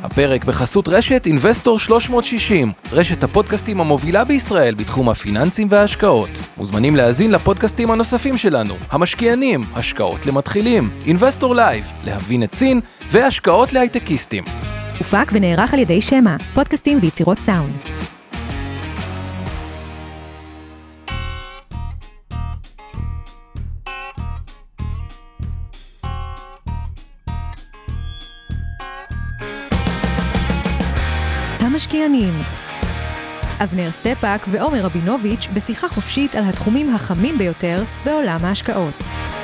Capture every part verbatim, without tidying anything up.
הפרק בחסות רשת אינבסטור שלוש מאות שישים, רשת הפודקאסטים המובילה בישראל בתחום הפיננסים וההשקעות. מוזמנים להאזין לפודקאסטים הנוספים שלנו, המשקיענים, השקעות למתחילים, אינבסטור לייב, להבין את סין והשקעות להייטקיסטים. הופק ונערך על ידי שמה, פודקאסטים ויצירות סאונד. המשקיענים אבנר סטפאק ועומר רבינוביץ' בשיחה חופשית על התחומים החמים ביותר בעולם ההשקעות.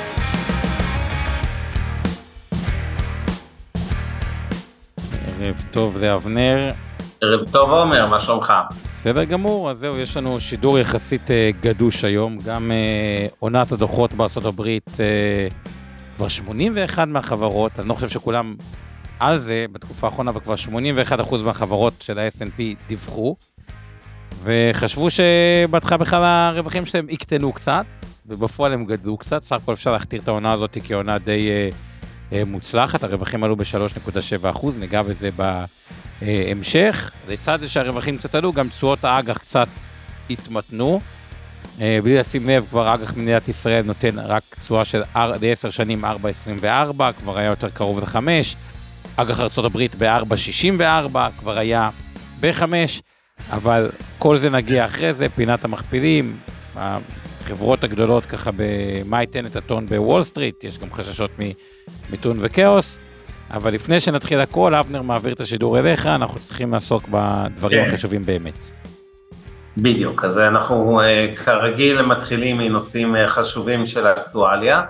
ערב טוב לאבנר. ערב טוב עומר, מה שלומך? בסדר גמור, אז זהו, יש לנו שידור יחסית גדוש היום, גם עונת הדוחות בארצות הברית, כבר שמונים ואחת מהחברות, אני לא חושב שכולם על זה בתקופה האחרונה, וכבר שמונים ואחד אחוז מהחברות של ה-אס אנד פי דיווחו, וחשבו שבהתחלה בכלל הרווחים שלהם יקטנו קצת, ובפועל הם גדלו קצת, סך הכל אפשר להכתיר את העונה הזאת כעונה די אה, אה, מוצלחת, הרווחים עלו ב-שלוש נקודה שבע אחוז, ניגע בזה בהמשך, לצד זה שהרווחים קצת עלו, גם תשואות האג"ח קצת התמתנו, אה, בלי לשים לב, כבר האג"ח מדינת ישראל נותן רק תשואה של עשר שנים ארבע נקודה עשרים וארבע, כבר היה יותר קרוב ל-חמש, אג"ח ארצות הברית ב-ארבע נקודה שישים וארבע, כבר היה ב-חמש, אבל כל זה נגיע אחרי זה, פינת המכפילים, החברות הגדולות ככה במה ייתן את הטון בוול סטריט, יש גם חששות ממיתון וכאוס, אבל לפני שנתחיל הכל, אבנר מעביר את השידור אליך, אנחנו צריכים לעסוק בדברים כן. החשובים באמת. בדיוק, אז אנחנו כרגיל מתחילים מנושאים חשובים של האקטואליה,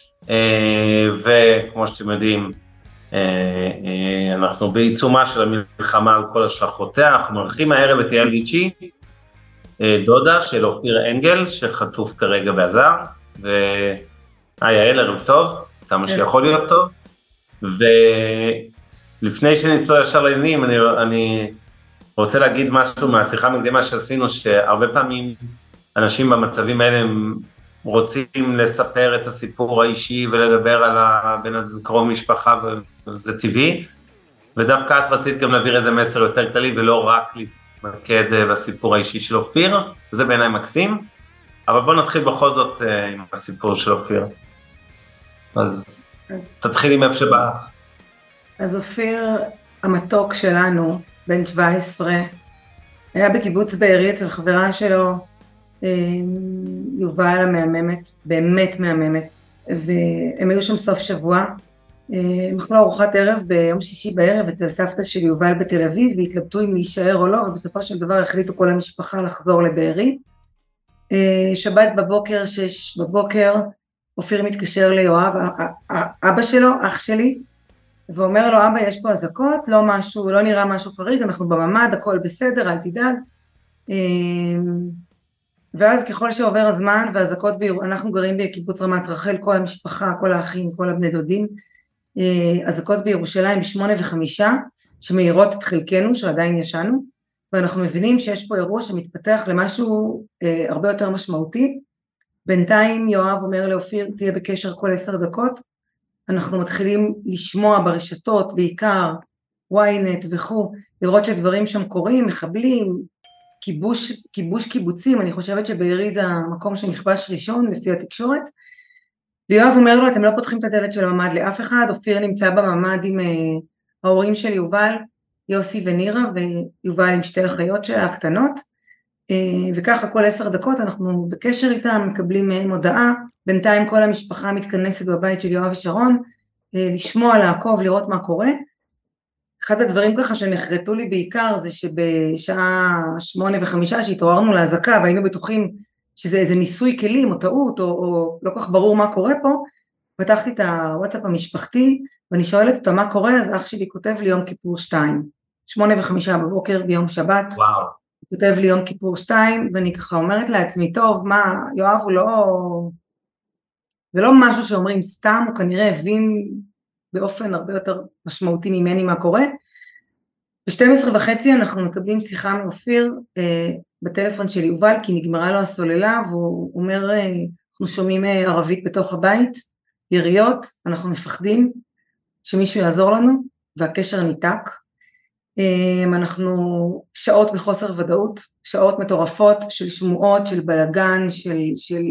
וכמו שאתם יודעים, אנחנו בעיצומה של המלחמה על כל השלכותיה, אנחנו מרחיבים הערב את יעל ליצ'י, דודה של אופיר אנגל, שחטוף כרגע בעזה, והי יעל, ערב טוב, כמה שיכול להיות טוב, ולפני שנצלול ישר לעניינים, אני, אני רוצה להגיד משהו מהשיחה המקדימה שעשינו, שהרבה פעמים אנשים במצבים האלה הם רוצים לספר את הסיפור האישי ולדבר על בין קרוב משפחה, וזה טבעי, ודווקא את רצית גם להעביר איזה מסר יותר כללי, ולא רק להתמקד בסיפור האישי של אופיר, וזה בעיניי מקסים, אבל בואו נתחיל בכל זאת עם הסיפור של אופיר. אז, אז תתחיל עם איפה שבא. אז אופיר המתוק שלנו, בן שבע עשרה, היה בקיבוץ בארי אצל חברה שלו, יובל המהממת, באמת מהממת, והם היו שם סוף שבוע, הם אכלו ארוחת ערב ביום שישי בערב אצל סבתא של יובל בתל אביב, והתלבטו אם להישאר או לא, ובסופו של דבר החליטו כל המשפחה לחזור לבארי. שבת בבוקר, שש בבוקר, אופיר מתקשר ליואב, אבא שלו, אח שלי, ואומר לו, אבא יש פה אזעקות, לא משהו, לא נראה משהו חריג, אנחנו בממד, הכל בסדר, אל תדאג. ואז ככל שעובר הזמן והזעקות, אנחנו גרים בקיבוץ רמת רחל, כל המשפחה, כל האחים, כל הבני דודים, הזעקות בירושלים בשמונה וחמישה, שמאירות את חלקנו, שעדיין ישנו, ואנחנו מבינים שיש פה אירוע שמתפתח למשהו הרבה יותר משמעותי. בינתיים יואב אומר לאופיר, תהיה בקשר כל עשר דקות, אנחנו מתחילים לשמוע ברשתות, בעיקר וויינט וכו', לראות שדברים שם קורים, מחבלים, כיבוש, כיבוש קיבוצים, אני חושבת שבארי זה המקום שנכבש ראשון לפי התקשורת, ויואב אומר לו, אתם לא פותחים את הדלת של הממד לאף אחד, אופיר נמצא בממד עם uh, ההורים של יובל, יוסי ונירה, ויובל עם שתי אחיות שלה הקטנות, uh, וככה כל עשר דקות אנחנו בקשר איתם, מקבלים מהם הודעה, בינתיים כל המשפחה מתכנסת בבית של יואב ושרון, uh, לשמוע, לעקוב, לראות מה קורה. אחד הדברים ככה שנחרטו לי בעיקר זה שבשעה שמונה וחמישה שהתעוררנו להזעקה והיינו בטוחים שזה איזה ניסוי כלים או טעות או, או לא כך ברור מה קורה פה, פתחתי את הוואטסאפ המשפחתי ואני שואלת אותה מה קורה, אז אח שלי כותב לי יום כיפור שתיים, שמונה וחמישה בבוקר ביום שבת, וואו. כותב לי יום כיפור שתיים ואני ככה אומרת לעצמי, טוב מה, יואב הוא לא, זה לא משהו שאומרים סתם, הוא כנראה הבין באופן הרבה יותר משמעותי ממני מה קורה. ב-שתים עשרה וחצי אנחנו מקבלים שיחה מאופיר אה, בטלפון של יובל, כי נגמרה לו הסוללה, והוא אומר, אה, אנחנו שומעים אה, ערבית בתוך הבית, יריות, אנחנו מפחדים שמישהו יעזור לנו, והקשר ניתק. אנחנו שעות בחוסר ודאות, שעות מטורפות של שמועות, של בלגן, של, של...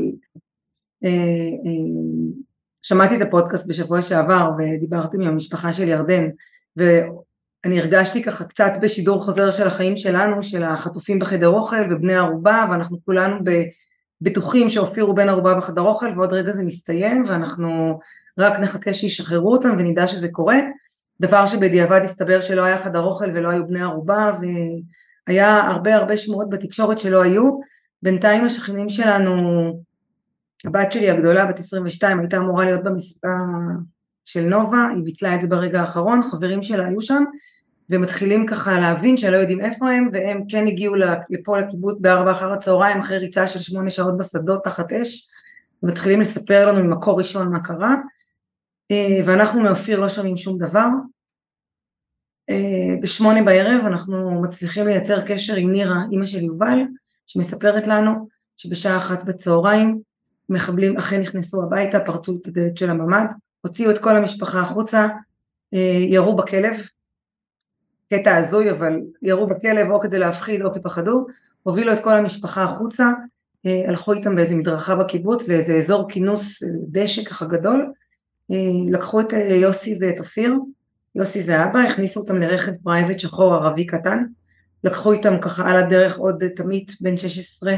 שמעתי את הפודקאסט בשבוע שעבר ודיברתי עם המשפחה של ירדן, ואני הרגשתי ככה קצת בשידור חוזר של החיים שלנו, של החטופים בחדר אוכל ובני ערובה, ואנחנו כולנו בטוחים שאופיר הוא בן ערובה בחדר אוכל, ועוד רגע זה מסתיים, ואנחנו רק נחכה שישחררו אותם ונדע שזה קורה, דבר שבדיעבד הסתבר שלא היה חדר אוכל ולא היו בני ערובה, והיה הרבה הרבה שמועות בתקשורת שלא היו. בינתיים השכנים שלנו, הבת שלי הגדולה בת עשרים ושתיים הייתה אמורה להיות במספר של נובה, היא ביטלה את זה ברגע האחרון, חברים שלה היו שם, ומתחילים ככה להבין שלא יודעים איפה הם, והם כן הגיעו לפה לקיבוץ בארבע אחר הצהריים, אחרי ריצה של שמונה שעות בשדות תחת אש, ומתחילים לספר לנו ממקור ראשון מה קרה, ואנחנו מאופיר לא שומעים שום דבר. בשמונה בערב אנחנו מצליחים לייצר קשר עם נירה, אמא של יובל, שמספרת לנו שבשעה אחת בצהריים מחבלים אכן נכנסו הביתה, פרצו את הדלת של הממ"ד, הוציאו את כל המשפחה החוצה, ירו בכלב, קטע הזוי, אבל ירו בכלב או כדי להפחיד או כפחדו, הובילו את כל המשפחה החוצה, הלכו איתם באיזה מדרכה בקיבוץ, לאיזה אזור כינוס דשא ככה גדול, לקחו את יוסי ואת אופיר, יוסי זה אבא, הכניסו אותם לרכב פרייבט שחור ערבי קטן, לקחו איתם ככה על הדרך עוד תמית בן שש עשרה,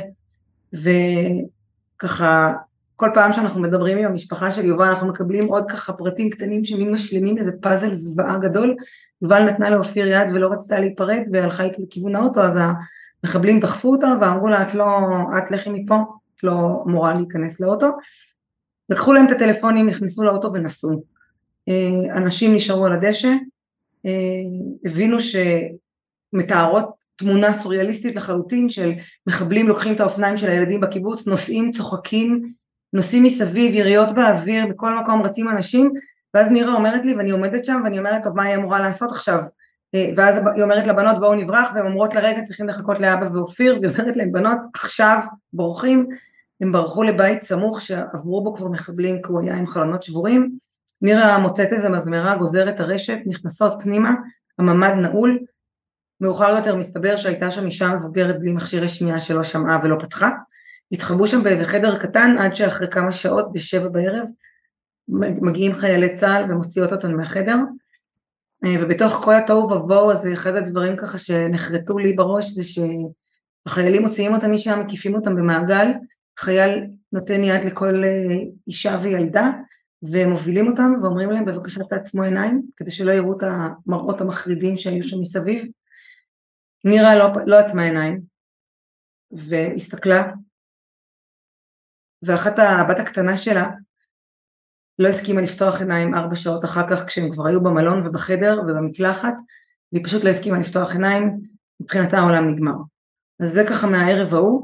וככה כל פעם שאנחנו מדברים עם המשפחה של יובל, אנחנו מקבלים עוד ככה פרטים קטנים שמין משלימים איזה פאזל זוועה גדול. יובל נתנה לאופיר יד ולא רצתה להיפרד, והלכה איתה לכיוון האוטו, אז המחבלים דחפו אותה ואמרו לה, את לא, את לכי מפה, את לא אמורה להיכנס לאוטו. לקחו להם את הטלפונים, נכנסו לאוטו ונסעו. אנשים נשארו על הדשא, הבינו שמתארות תמונה סוריאליסטית לחלוטין של מחבלים לוקחים את האופניים של הילדים בקיבוץ, נוסעים, צוחקים, נוסעים מסביב, יריות באוויר, בכל מקום רצים אנשים, ואז נירה אומרת לי, ואני עומדת שם, ואני אומרת, טוב, מה היא אמורה לעשות עכשיו? ואז היא אומרת לבנות, בואו נברח, והן אומרות לרגע, צריכים לחכות לאבא ואופיר, והיא אומרת להם, בנות, עכשיו בורחים, הם ברחו לבית סמוך, שעברו בו כבר מחבלים, כי הוא היה עם חלונות שבורים, נירה מוצאת איזה מזמרה, גוזרת הרשת, נכנסות פנימה, הממ"ד נעול, מאוחר יותר מסתבר שהייתה שם אישה מבוגרת בלי מכשירי שמיעה שלא שמעה ולא פתחה, התחבאו שם באיזה חדר קטן עד שאחרי כמה שעות בשבע בערב מגיעים חיילי צה"ל ומוציאות אותנו מהחדר, ובתוך כל התוהו ובוהו הזה אחד הדברים ככה שנחרטו לי בראש זה שהחיילים מוציאים אותם משם, מקיפים אותם במעגל, חייל נותן יד לכל אישה וילדה ומובילים אותם ואומרים להם בבקשה תעצמו עיניים כדי שלא יראו את המראות המחרידים שהיו שם מסביב. נירה לא, לא עצמה עיניים והסתכלה, ואחת הבת הקטנה שלה לא הסכימה לפתוח עיניים ארבע שעות אחר כך כשהם כבר היו במלון ובחדר ובמקלחת, והיא פשוט לא הסכימה לפתוח עיניים, מבחינתה העולם נגמר. אז זה ככה מהערב ההוא.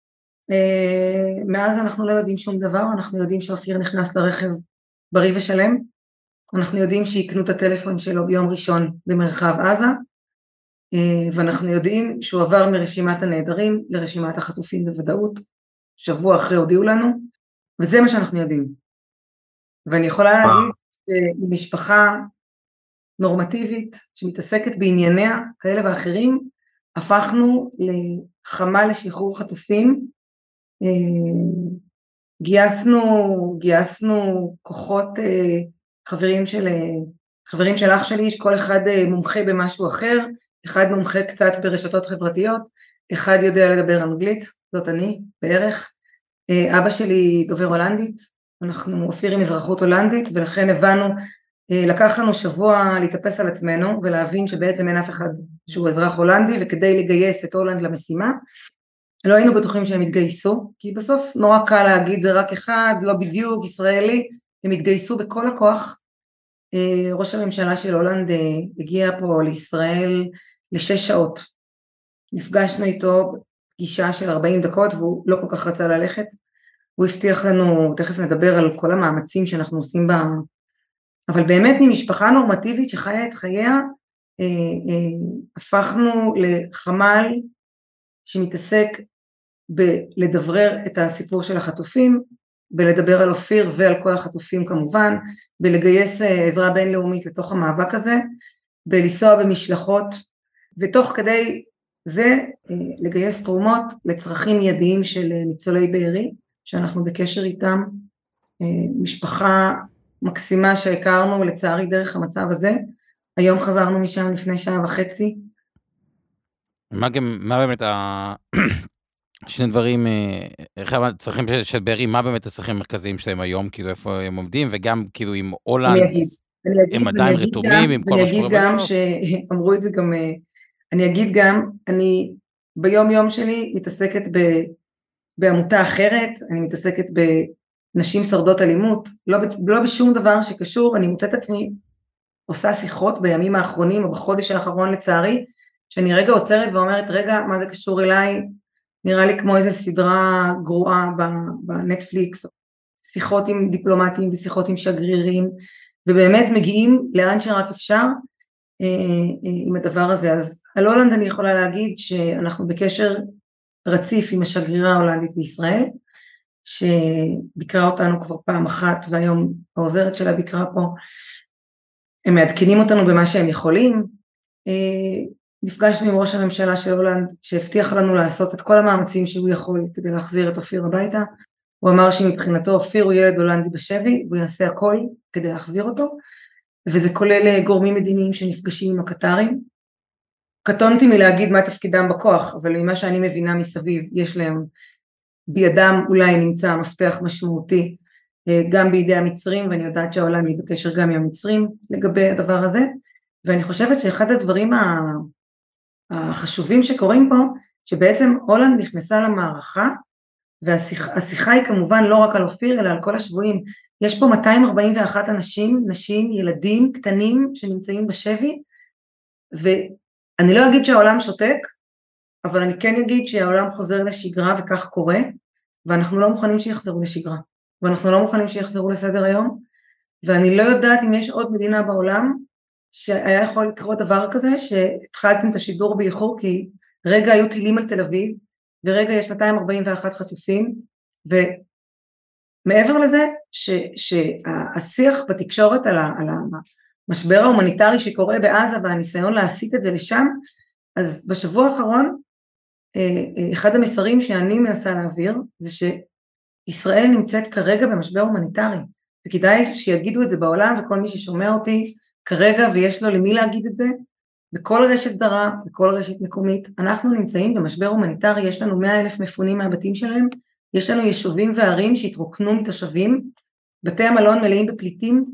מאז אנחנו לא יודעים שום דבר, אנחנו יודעים שאופיר נכנס לרכב בריא ושלם, אנחנו יודעים שיקנו את הטלפון שלו ביום ראשון במרחב עזה, ואנחנו יודעים שהוא עבר מרשימת הנעדרים לרשימת החטופים בוודאות, שבוע אחרי הודיעו לנו, וזה מה שאנחנו יודעים. ואני יכולה להגיד שמשפחה נורמטיבית שמתעסקת בענייניה כאלה ואחרים, הפכנו לחמה לשחרור חטופים, גייסנו, גייסנו כוחות חברים של, חברים של אח שלי, שכל אחד מומחה במשהו אחר, אחד מומחה קצת ברשתות חברתיות, אחד יודע לדבר אנגלית, זאת אני בערך, אבא שלי דובר הולנדית, אנחנו אופיר עם אזרחות הולנדית, ולכן הבנו, לקח לנו שבוע להתאפס על עצמנו, ולהבין שבעצם אין אף אחד שהוא אזרח הולנדי, וכדי לגייס את הולנד למשימה, לא היינו בטוחים שהם התגייסו, כי בסוף נורא קל להגיד זה רק אחד, לא בדיוק, ישראלי, הם התגייסו בכל הכוח. ראש הממשלה של הולנד הגיע פה לישראל לשש שעות, נפגשנו איתו פגישה של ארבעים דקות, והוא לא כל כך רצה ללכת, הוא הבטיח לנו, תכף נדבר על כל המאמצים שאנחנו עושים בה, אבל באמת ממשפחה נורמטיבית שחיה את חייה, אה, אה, הפכנו לחמ"ל שמתעסק בלדברר את הסיפור של החטופים, בלדבר על אופיר ועל כל החטופים כמובן, בלגייס עזרה בינלאומית לתוך המאבק הזה, בלנסוע במשלחות ותוך כדי זה לגייס תרומות לצרכים מיידיים של ניצולי בארי, שאנחנו בקשר איתם, משפחה מקסימה שהכרנו לצערי דרך המצב הזה, היום חזרנו משם לפני שעה וחצי. מה גם, מה באמת ה... שני דברים, איך הצרכים של, של בארי, מה באמת הצרכים המרכזיים שלהם היום, כאילו איפה הם עומדים, וגם כאילו עם הולנד, אני אגיד, אני אגיד, הם עדיין רתומים, עם כל מה שקורה בדרך. אני אגיד גם שאמרו את זה גם, אני אגיד גם, אני ביום יום שלי מתעסקת ב, בעמותה אחרת, אני מתעסקת בנשים שורדות אלימות, לא, לא בשום דבר שקשור, אני מוצאת עצמי, עושה שיחות בימים האחרונים, או בחודש האחרון לצערי, שאני רגע עוצרת ואומרת, רגע, מה זה קשור אליי? נראה לי כמו איזו סדרה גרועה בנטפליקס, שיחות עם דיפלומטים ושיחות עם שגרירים, ובאמת מגיעים לאן שרק אפשר עם הדבר הזה. אז על הולנד אני יכולה להגיד שאנחנו בקשר רציף עם השגרירה ההולנדית בישראל, שביקרה אותנו כבר פעם אחת, והיום העוזרת שלה ביקרה פה, הם מעדכנים אותנו במה שהם יכולים, נפגשנו עם ראש הממשלה של הולנד, שהבטיח לנו לעשות את כל המאמצים שהוא יכול כדי להחזיר את אופיר הביתה, הוא אמר שמבחינתו אופיר הוא ילד הולנדי בשבי, והוא יעשה הכל כדי להחזיר אותו, וזה כולל גורמים מדיניים שנפגשים עם הקטרים, קטונתי מלהגיד מה תפקידם בכוח, אבל ממה שאני מבינה מסביב, יש להם בידם אולי נמצא מפתח משמעותי, גם בידי המצרים, ואני יודעת שההולנדי בקשר גם עם המצרים לגבי הדבר הזה, ואני חושבת שאחד הדברים החשובים שקורים פה, שבעצם הולנד נכנסה למערכה, והשיחה היא כמובן לא רק על אופיר, אלא על כל השבויים, יש פה מאתיים ארבעים ואחת אנשים, נשים, ילדים, קטנים, שנמצאים בשבי, ואני לא אגיד שהעולם שותק, אבל אני כן אגיד שהעולם חוזר לשגרה, וכך קורה, ואנחנו לא מוכנים שיחזרו לשגרה, ואנחנו לא מוכנים שיחזרו לסדר היום, ואני לא יודעת אם יש עוד מדינה בעולם, שהיה יכול לקרות דבר כזה, שהתחלתם את השידור באיחור, כי רגע היו טילים על תל אביב, ורגע יש מאתיים ארבעים ואחת חטופים, ומעבר לזה, ש, שהשיח בתקשורת על, ה, על המשבר ההומניטרי שקורה בעזה, והניסיון להסיט את זה לשם, אז בשבוע האחרון, אחד המסרים שאני מנסה להעביר, זה שישראל נמצאת כרגע במשבר הומניטרי, וכדאי שיגידו את זה בעולם, וכל מי ששומע אותי כרגע, ויש לו למי להגיד את זה, בכל רשת זרה, בכל רשת מקומית, אנחנו נמצאים במשבר הומניטרי, יש לנו מאה אלף מפונים מהבתים שלהם, יש לנו יישובים וערים שהתרוקנו מתושבים, בתי המלון מלאים בפליטים,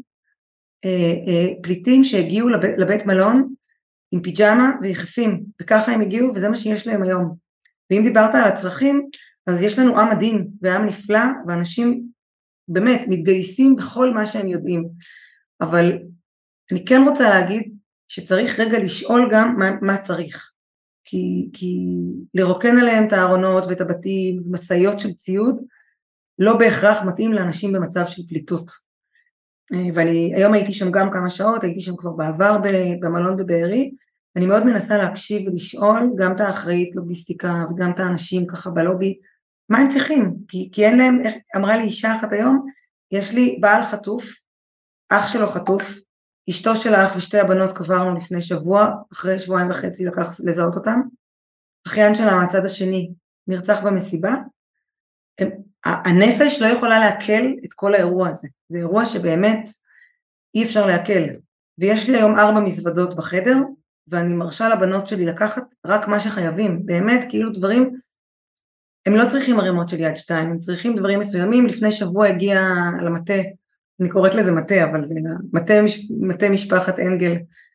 פליטים שהגיעו לבית מלון עם פיג'מה ויחפים, וככה הם הגיעו, וזה מה שיש להם היום. ואם דיברת על הצרכים, אז יש לנו עם מדהים ועם נפלא, ואנשים באמת מתגייסים בכל מה שהם יודעים, אבל אני כן רוצה להגיד שצריך רגע לשאול גם מה, מה צריך, כי, כי לרוקן עליהם את הארונות ואת הבתים, מסעיות של ציוד, לא בהכרח מתאים לאנשים במצב של פליטות. ואני היום הייתי שם גם כמה שעות, הייתי שם כבר בעבר במלון בבארי, אני מאוד מנסה להקשיב ולשאול גם את האחראית לוגיסטיקה וגם את האנשים ככה בלובי, מה הם צריכים? כי, כי אין להם, אמרה לי אישה אחת היום, יש לי בעל חטוף, אח שלו חטוף, אשתו של האח ושתי הבנות קברנו לפני שבוע, אחרי שבועיים וחצי לקח לזהות אותם, אחיין שלה מהצד השני נרצח במסיבה, הם, הנפש לא יכולה להקל את כל האירוע הזה, זה אירוע שבאמת אי אפשר להקל, ויש לי היום ארבע מזוודות בחדר, ואני מרשה לבנות שלי לקחת רק מה שחייבים, באמת כאילו דברים, הם לא צריכים ערימות של יד שתיים, הם צריכים דברים מסוימים, לפני שבוע הגיע למטה, אני קוראת לזה מטה, אבל זה מטה, מטה משפחת אנגל,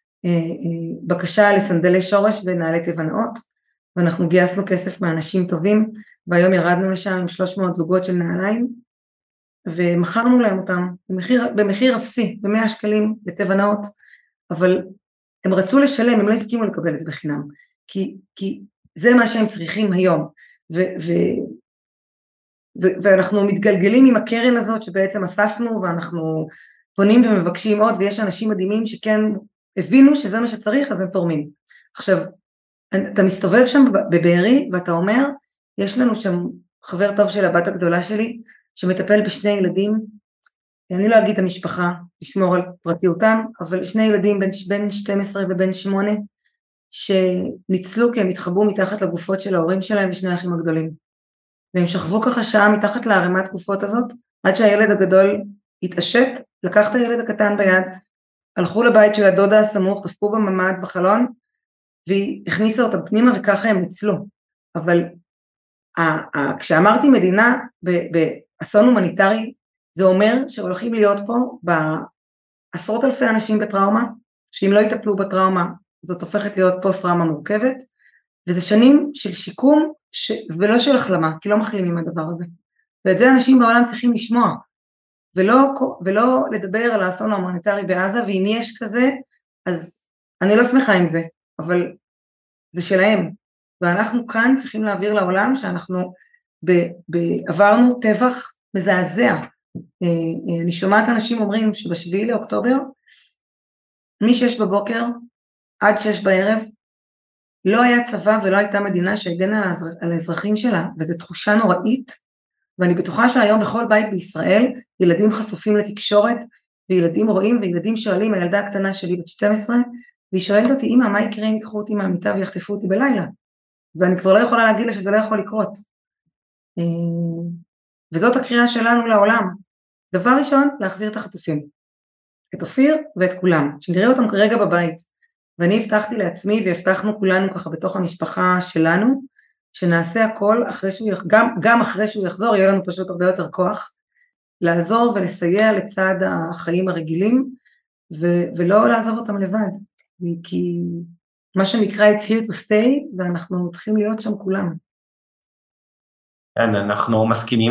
בקשה לסנדלי שורש ונעלי תבנאות, ואנחנו גייסנו כסף מאנשים טובים, והיום ירדנו לשם עם שלוש מאות זוגות של נעליים, ומכרנו להם אותם במחיר, במחיר אפסי, ב-מאה שקלים לתבנאות, אבל הם רצו לשלם, הם לא הסכימו לקבל את זה בחינם, כי, כי זה מה שהם צריכים היום, ו, ו, ו, ואנחנו מתגלגלים עם הקרן הזאת שבעצם אספנו, ואנחנו פונים ומבקשים עוד, ויש אנשים מדהימים שכן הבינו שזה מה שצריך, אז הם תורמים. עכשיו, אתה מסתובב שם בבארי, ואתה אומר, יש לנו שם חבר טוב של הבת הגדולה שלי, שמטפל בשני ילדים, אני לא אגיד את המשפחה, לשמור על פרטיותם, אבל שני ילדים בין, בין שתים עשרה ובין שמונה, שניצלו כי הם התחבאו מתחת לגופות של ההורים שלהם ושני האחים הגדולים. והם שכבו ככה שעה מתחת לערימת גופות הזאת, עד שהילד הגדול התעשת, לקח את הילד הקטן ביד, הלכו לבית של הדודה הסמוך, דפקו בממד בחלון, והיא הכניסה אותם פנימה וככה הם ניצלו. אבל כשאמרתי מדינה באסון הומניטרי, זה אומר שהולכים להיות פה בעשרות אלפי אנשים בטראומה, שאם לא יטפלו בטראומה, זאת הופכת להיות פוסט טראומה מורכבת, וזה שנים של שיקום ש... ולא של החלמה, כי לא מחלימים הדבר הזה. ואת זה אנשים בעולם צריכים לשמוע, ולא, ולא לדבר על האסון ההומניטרי בעזה, ואם יש כזה, אז אני לא שמחה עם זה, אבל זה שלהם. ואנחנו כאן צריכים להעביר לעולם שאנחנו ב... ב... עברנו טבח מזעזע. אני שומעת אנשים אומרים שבשביעי לאוקטובר, משש בבוקר עד שש בערב, לא היה צבא ולא הייתה מדינה שהגנה על האזרחים שלה, וזו תחושה נוראית, ואני בטוחה שהיום בכל בית בישראל, ילדים חשופים לתקשורת, וילדים רואים וילדים שואלים, הילדה הקטנה שלי בת שתים עשרה, והיא שואלת אותי, אמא, מה יקרה אם ייקחו אותי מהמיטה ויחטפו אותי בלילה? ואני כבר לא יכולה להגיד לה שזה לא יכול לקרות. וזאת הקריאה שלנו לעולם. דבר ראשון, להחזיר את החטופים. את אופיר ואת כולם, שנראה אותם כרגע בבית. ואני הבטחתי לעצמי, והבטחנו כולנו ככה בתוך המשפחה שלנו, שנעשה הכל אחרי שהוא, גם, גם אחרי שהוא יחזור, יהיה לנו פשוט הרבה יותר כוח, לעזור ולסייע לצד החיים הרגילים, ו- ולא לעזוב אותם לבד. כי מה שנקרא it's here to stay, ואנחנו צריכים להיות שם כולם. כן, אנחנו מסכימים,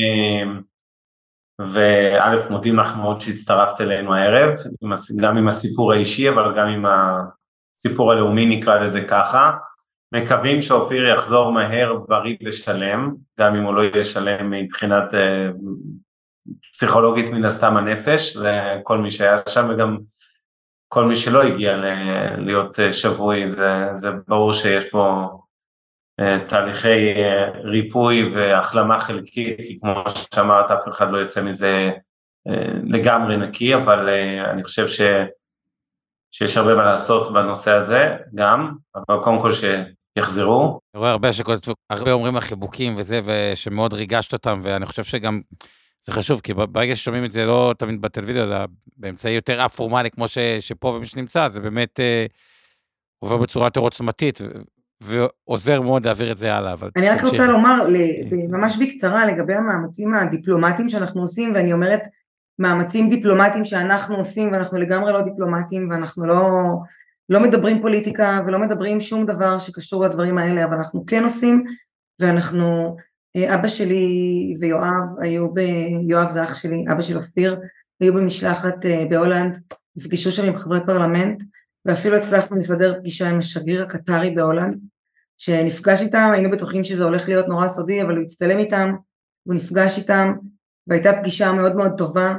וא' מודים לך מאוד שהצטרפת אלינו הערב, גם עם הסיפור האישי, אבל גם עם הסיפור הלאומי נקרא לזה ככה, מקווים שאופיר יחזור מהר בריא ושלם, גם אם הוא לא יהיה שלם מבחינת פסיכולוגית מן הסתם הנפש, לכל מי שהיה שם וגם כל מי שלא הגיע להיות שבוי, זה, זה ברור שיש פה תהליכי ריפוי והחלמה חלקית, כי כמו שאמרת, אף אחד לא יוצא מזה לגמרי נקי, אבל אני חושב ש, שיש הרבה מה לעשות בנושא הזה גם, אבל קודם כל שיחזרו. אני רואה הרבה שכותבים, הרבה אומרים החיבוקים וזה, ושמאוד ריגשת אותם, ואני חושב שגם זה חשוב, כי ברגע ששומעים את זה לא תמיד בטלוויזיה, זה באמצעי יותר אפורמלי כמו ש, שפה ומי שנמצא, זה באמת עובר בצורה יותר עוצמתית, ועוזר מאוד להעביר את זה הלאה. אני רק רוצה לומר, ממש בקצרה, לגבי המאמצים הדיפלומטיים שאנחנו עושים, ואני אומרת, מאמצים דיפלומטיים שאנחנו עושים, ואנחנו לגמרי לא דיפלומטיים, ואנחנו לא, לא מדברים פוליטיקה, ולא מדברים שום דבר שקשור לדברים האלה, אבל אנחנו כן עושים, ואנחנו, אבא שלי ויואב, היו ב... יואב זה אח שלי, אבא של אופיר, היו במשלחת בהולנד, נפגשו שם עם חברי פרלמנט, ואפילו הצלחנו לסדר פגישה עם השגריר הקטרי בהולנד, שנפגש איתם, היינו בטוחים שזה הולך להיות נורא סודי, אבל הוא הצטלם איתם, הוא נפגש איתם, והייתה פגישה מאוד מאוד טובה,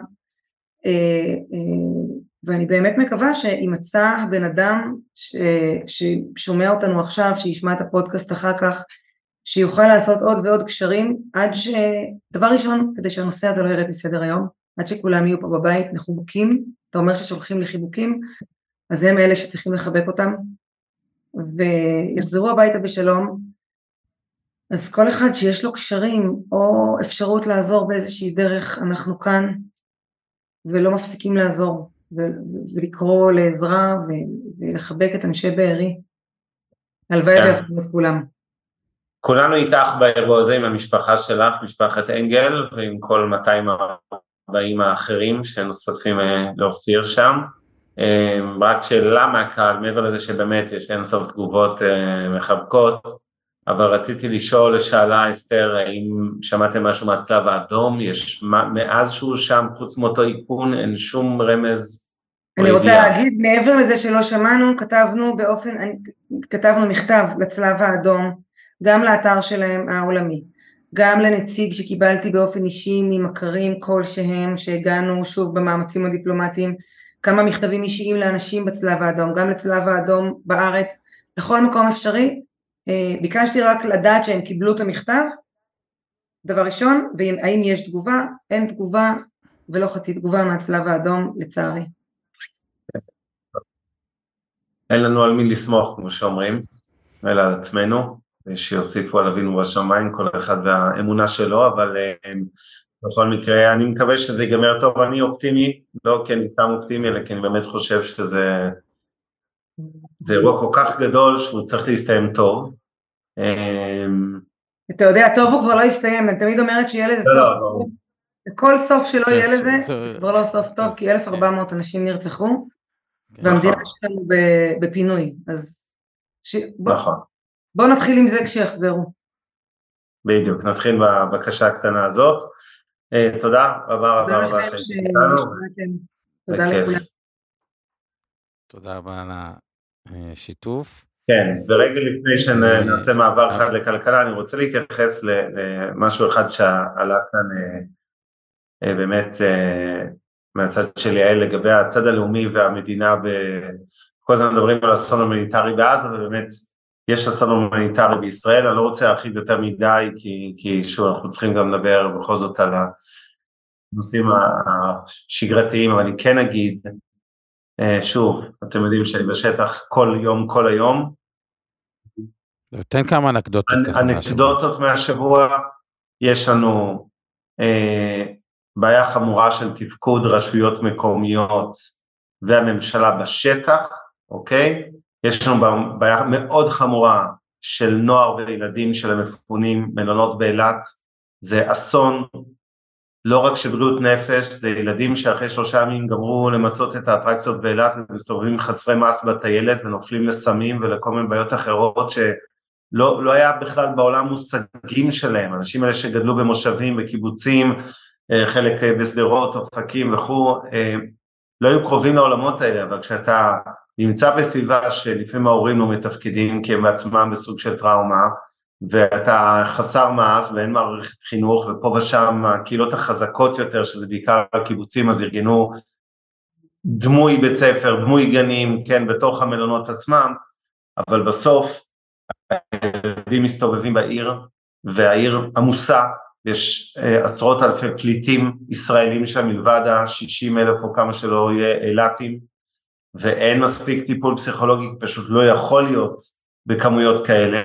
ואני באמת מקווה שימצא בן אדם ששומע אותנו עכשיו, שישמע את הפודקאסט אחר כך, שיוכל לעשות עוד ועוד קשרים, עד שדבר ראשון, כדי שהנושא הזה לא ירד מסדר היום, עד שכולם יהיו פה בבית מחובקים, אתה אומר ששולחים לחיבוקים, אז הם אלה שצריכים לחבק אותם, ויחזרו הביתה בשלום. אז כל אחד שיש לו קשרים, או אפשרות לעזור באיזושהי דרך, אנחנו כאן, ולא מפסיקים לעזור, ו- ולקרוא לעזרה, ו- ולחבק את אנשי בארי, הלוואי ויחזרו את כולם. כולנו איתך באירוע הזה עם המשפחה שלך, משפחת אנגל, ועם כל מאתיים ארבעים האחרים שנוספים לאופיר שם. רק שאלה מהקהל, מעבר לזה שבאמת יש אין סוף תגובות מחבקות, אבל רציתי לשאול לשאלה, אסתר, האם שמעתם משהו מהצלב האדום? יש מאז שהוא שם, חוץ מאותו עיקון, אין שום רמז? אני רוצה להגיד, מעבר לזה שלא שמענו, כתבנו באופן, כתבנו מכתב לצלב האדום, גם לאתר שלהם העולמי, גם לנציג שקיבלתי באופן אישי ממכרים כלשהם, שהגענו שוב במאמצים הדיפלומטיים, כמה מכתבים אישיים לאנשים בצלב האדום, גם לצלב האדום בארץ, לכל מקום אפשרי, ביקשתי רק לדעת שהם קיבלו את המכתב, דבר ראשון, והאם יש תגובה, אין תגובה, ולא חצי תגובה מהצלב האדום, לצערי. אין לנו על מי לסמוך, כמו שאומרים, אלא על עצמנו, שיוסיפו על אבינו בשמיים, כל אחד והאמונה שלו, אבל בכל מקרה, אני מקווה שזה ייגמר טוב, אני אופטימי, לא כי אני סתם אופטימי, אלא כי אני באמת חושב שזה זה אירוע כל כך גדול, שהוא צריך להסתיים טוב. אתה יודע, טוב הוא כבר לא יסתיים, אני תמיד אומרת שיהיה לזה סוף, כל סוף שלא יהיה לזה, זה כבר לא סוף טוב, כי אלף וארבע מאות אנשים נרצחו, והמדינה שלנו בפינוי, אז בואו נתחיל עם זה כשיחזרו. בדיוק, נתחיל בבקשה הקטנה הזאת. תודה רבה רבה רבה שהייתם איתנו. תודה לכולם. תודה רבה על השיתוף. כן, ורגע לפני שנעשה מעבר אחד לכלכלה, אני רוצה להתייחס למשהו אחד שעלה כאן באמת מהצד של יעל לגבי הצד הלאומי והמדינה, כל הזמן מדברים על אסון הומניטרי בעזה, ובאמת יש אסון הומניטרי בישראל, אני לא רוצה להרחיב יותר מדי, כי, כי שוב אנחנו צריכים גם לדבר בכל זאת על הנושאים השגרתיים, אבל אני כן אגיד, שוב, אתם יודעים שאני בשטח כל יום, כל היום. תן כמה אנקדוטות ככה מהשבוע. אנקדוטות מהשבוע, יש לנו אה, בעיה חמורה של תפקוד רשויות מקומיות והממשלה בשטח, אוקיי? יש לנו בעיה מאוד חמורה של נוער וילדים של המפונים, מלונות באילת, זה אסון, לא רק של בריאות נפש, זה ילדים שאחרי שלושה ימים גמרו למצות את האטרקציות באילת, ומסתובבים חסרי מס בטיילת, ונופלים לסמים ולכל מיני בעיות אחרות, שלא לא היה בכלל בעולם מושגים שלהם, אנשים האלה שגדלו במושבים, בקיבוצים, חלק בסדרות, אופקים וכו', לא היו קרובים לעולמות האלה, אבל כשאתה נמצא בסביבה שלפעמים ההורים לא מתפקדים, כי הם בעצמם בסוג של טראומה, ואתה חסר מעש ואין מערכת חינוך, ופה ושם הקהילות החזקות יותר, שזה בעיקר הקיבוצים, אז ארגנו דמוי בית ספר, דמוי גנים, כן, בתוך המלונות עצמם, אבל בסוף הילדים מסתובבים בעיר, והעיר עמוסה, יש עשרות אלפי פליטים ישראלים שם מלבד ה-שישים אלף או כמה שלא יהיה אילתים, ואין מספיק טיפול פסיכולוגי, פשוט לא יכול להיות בכמויות כאלה,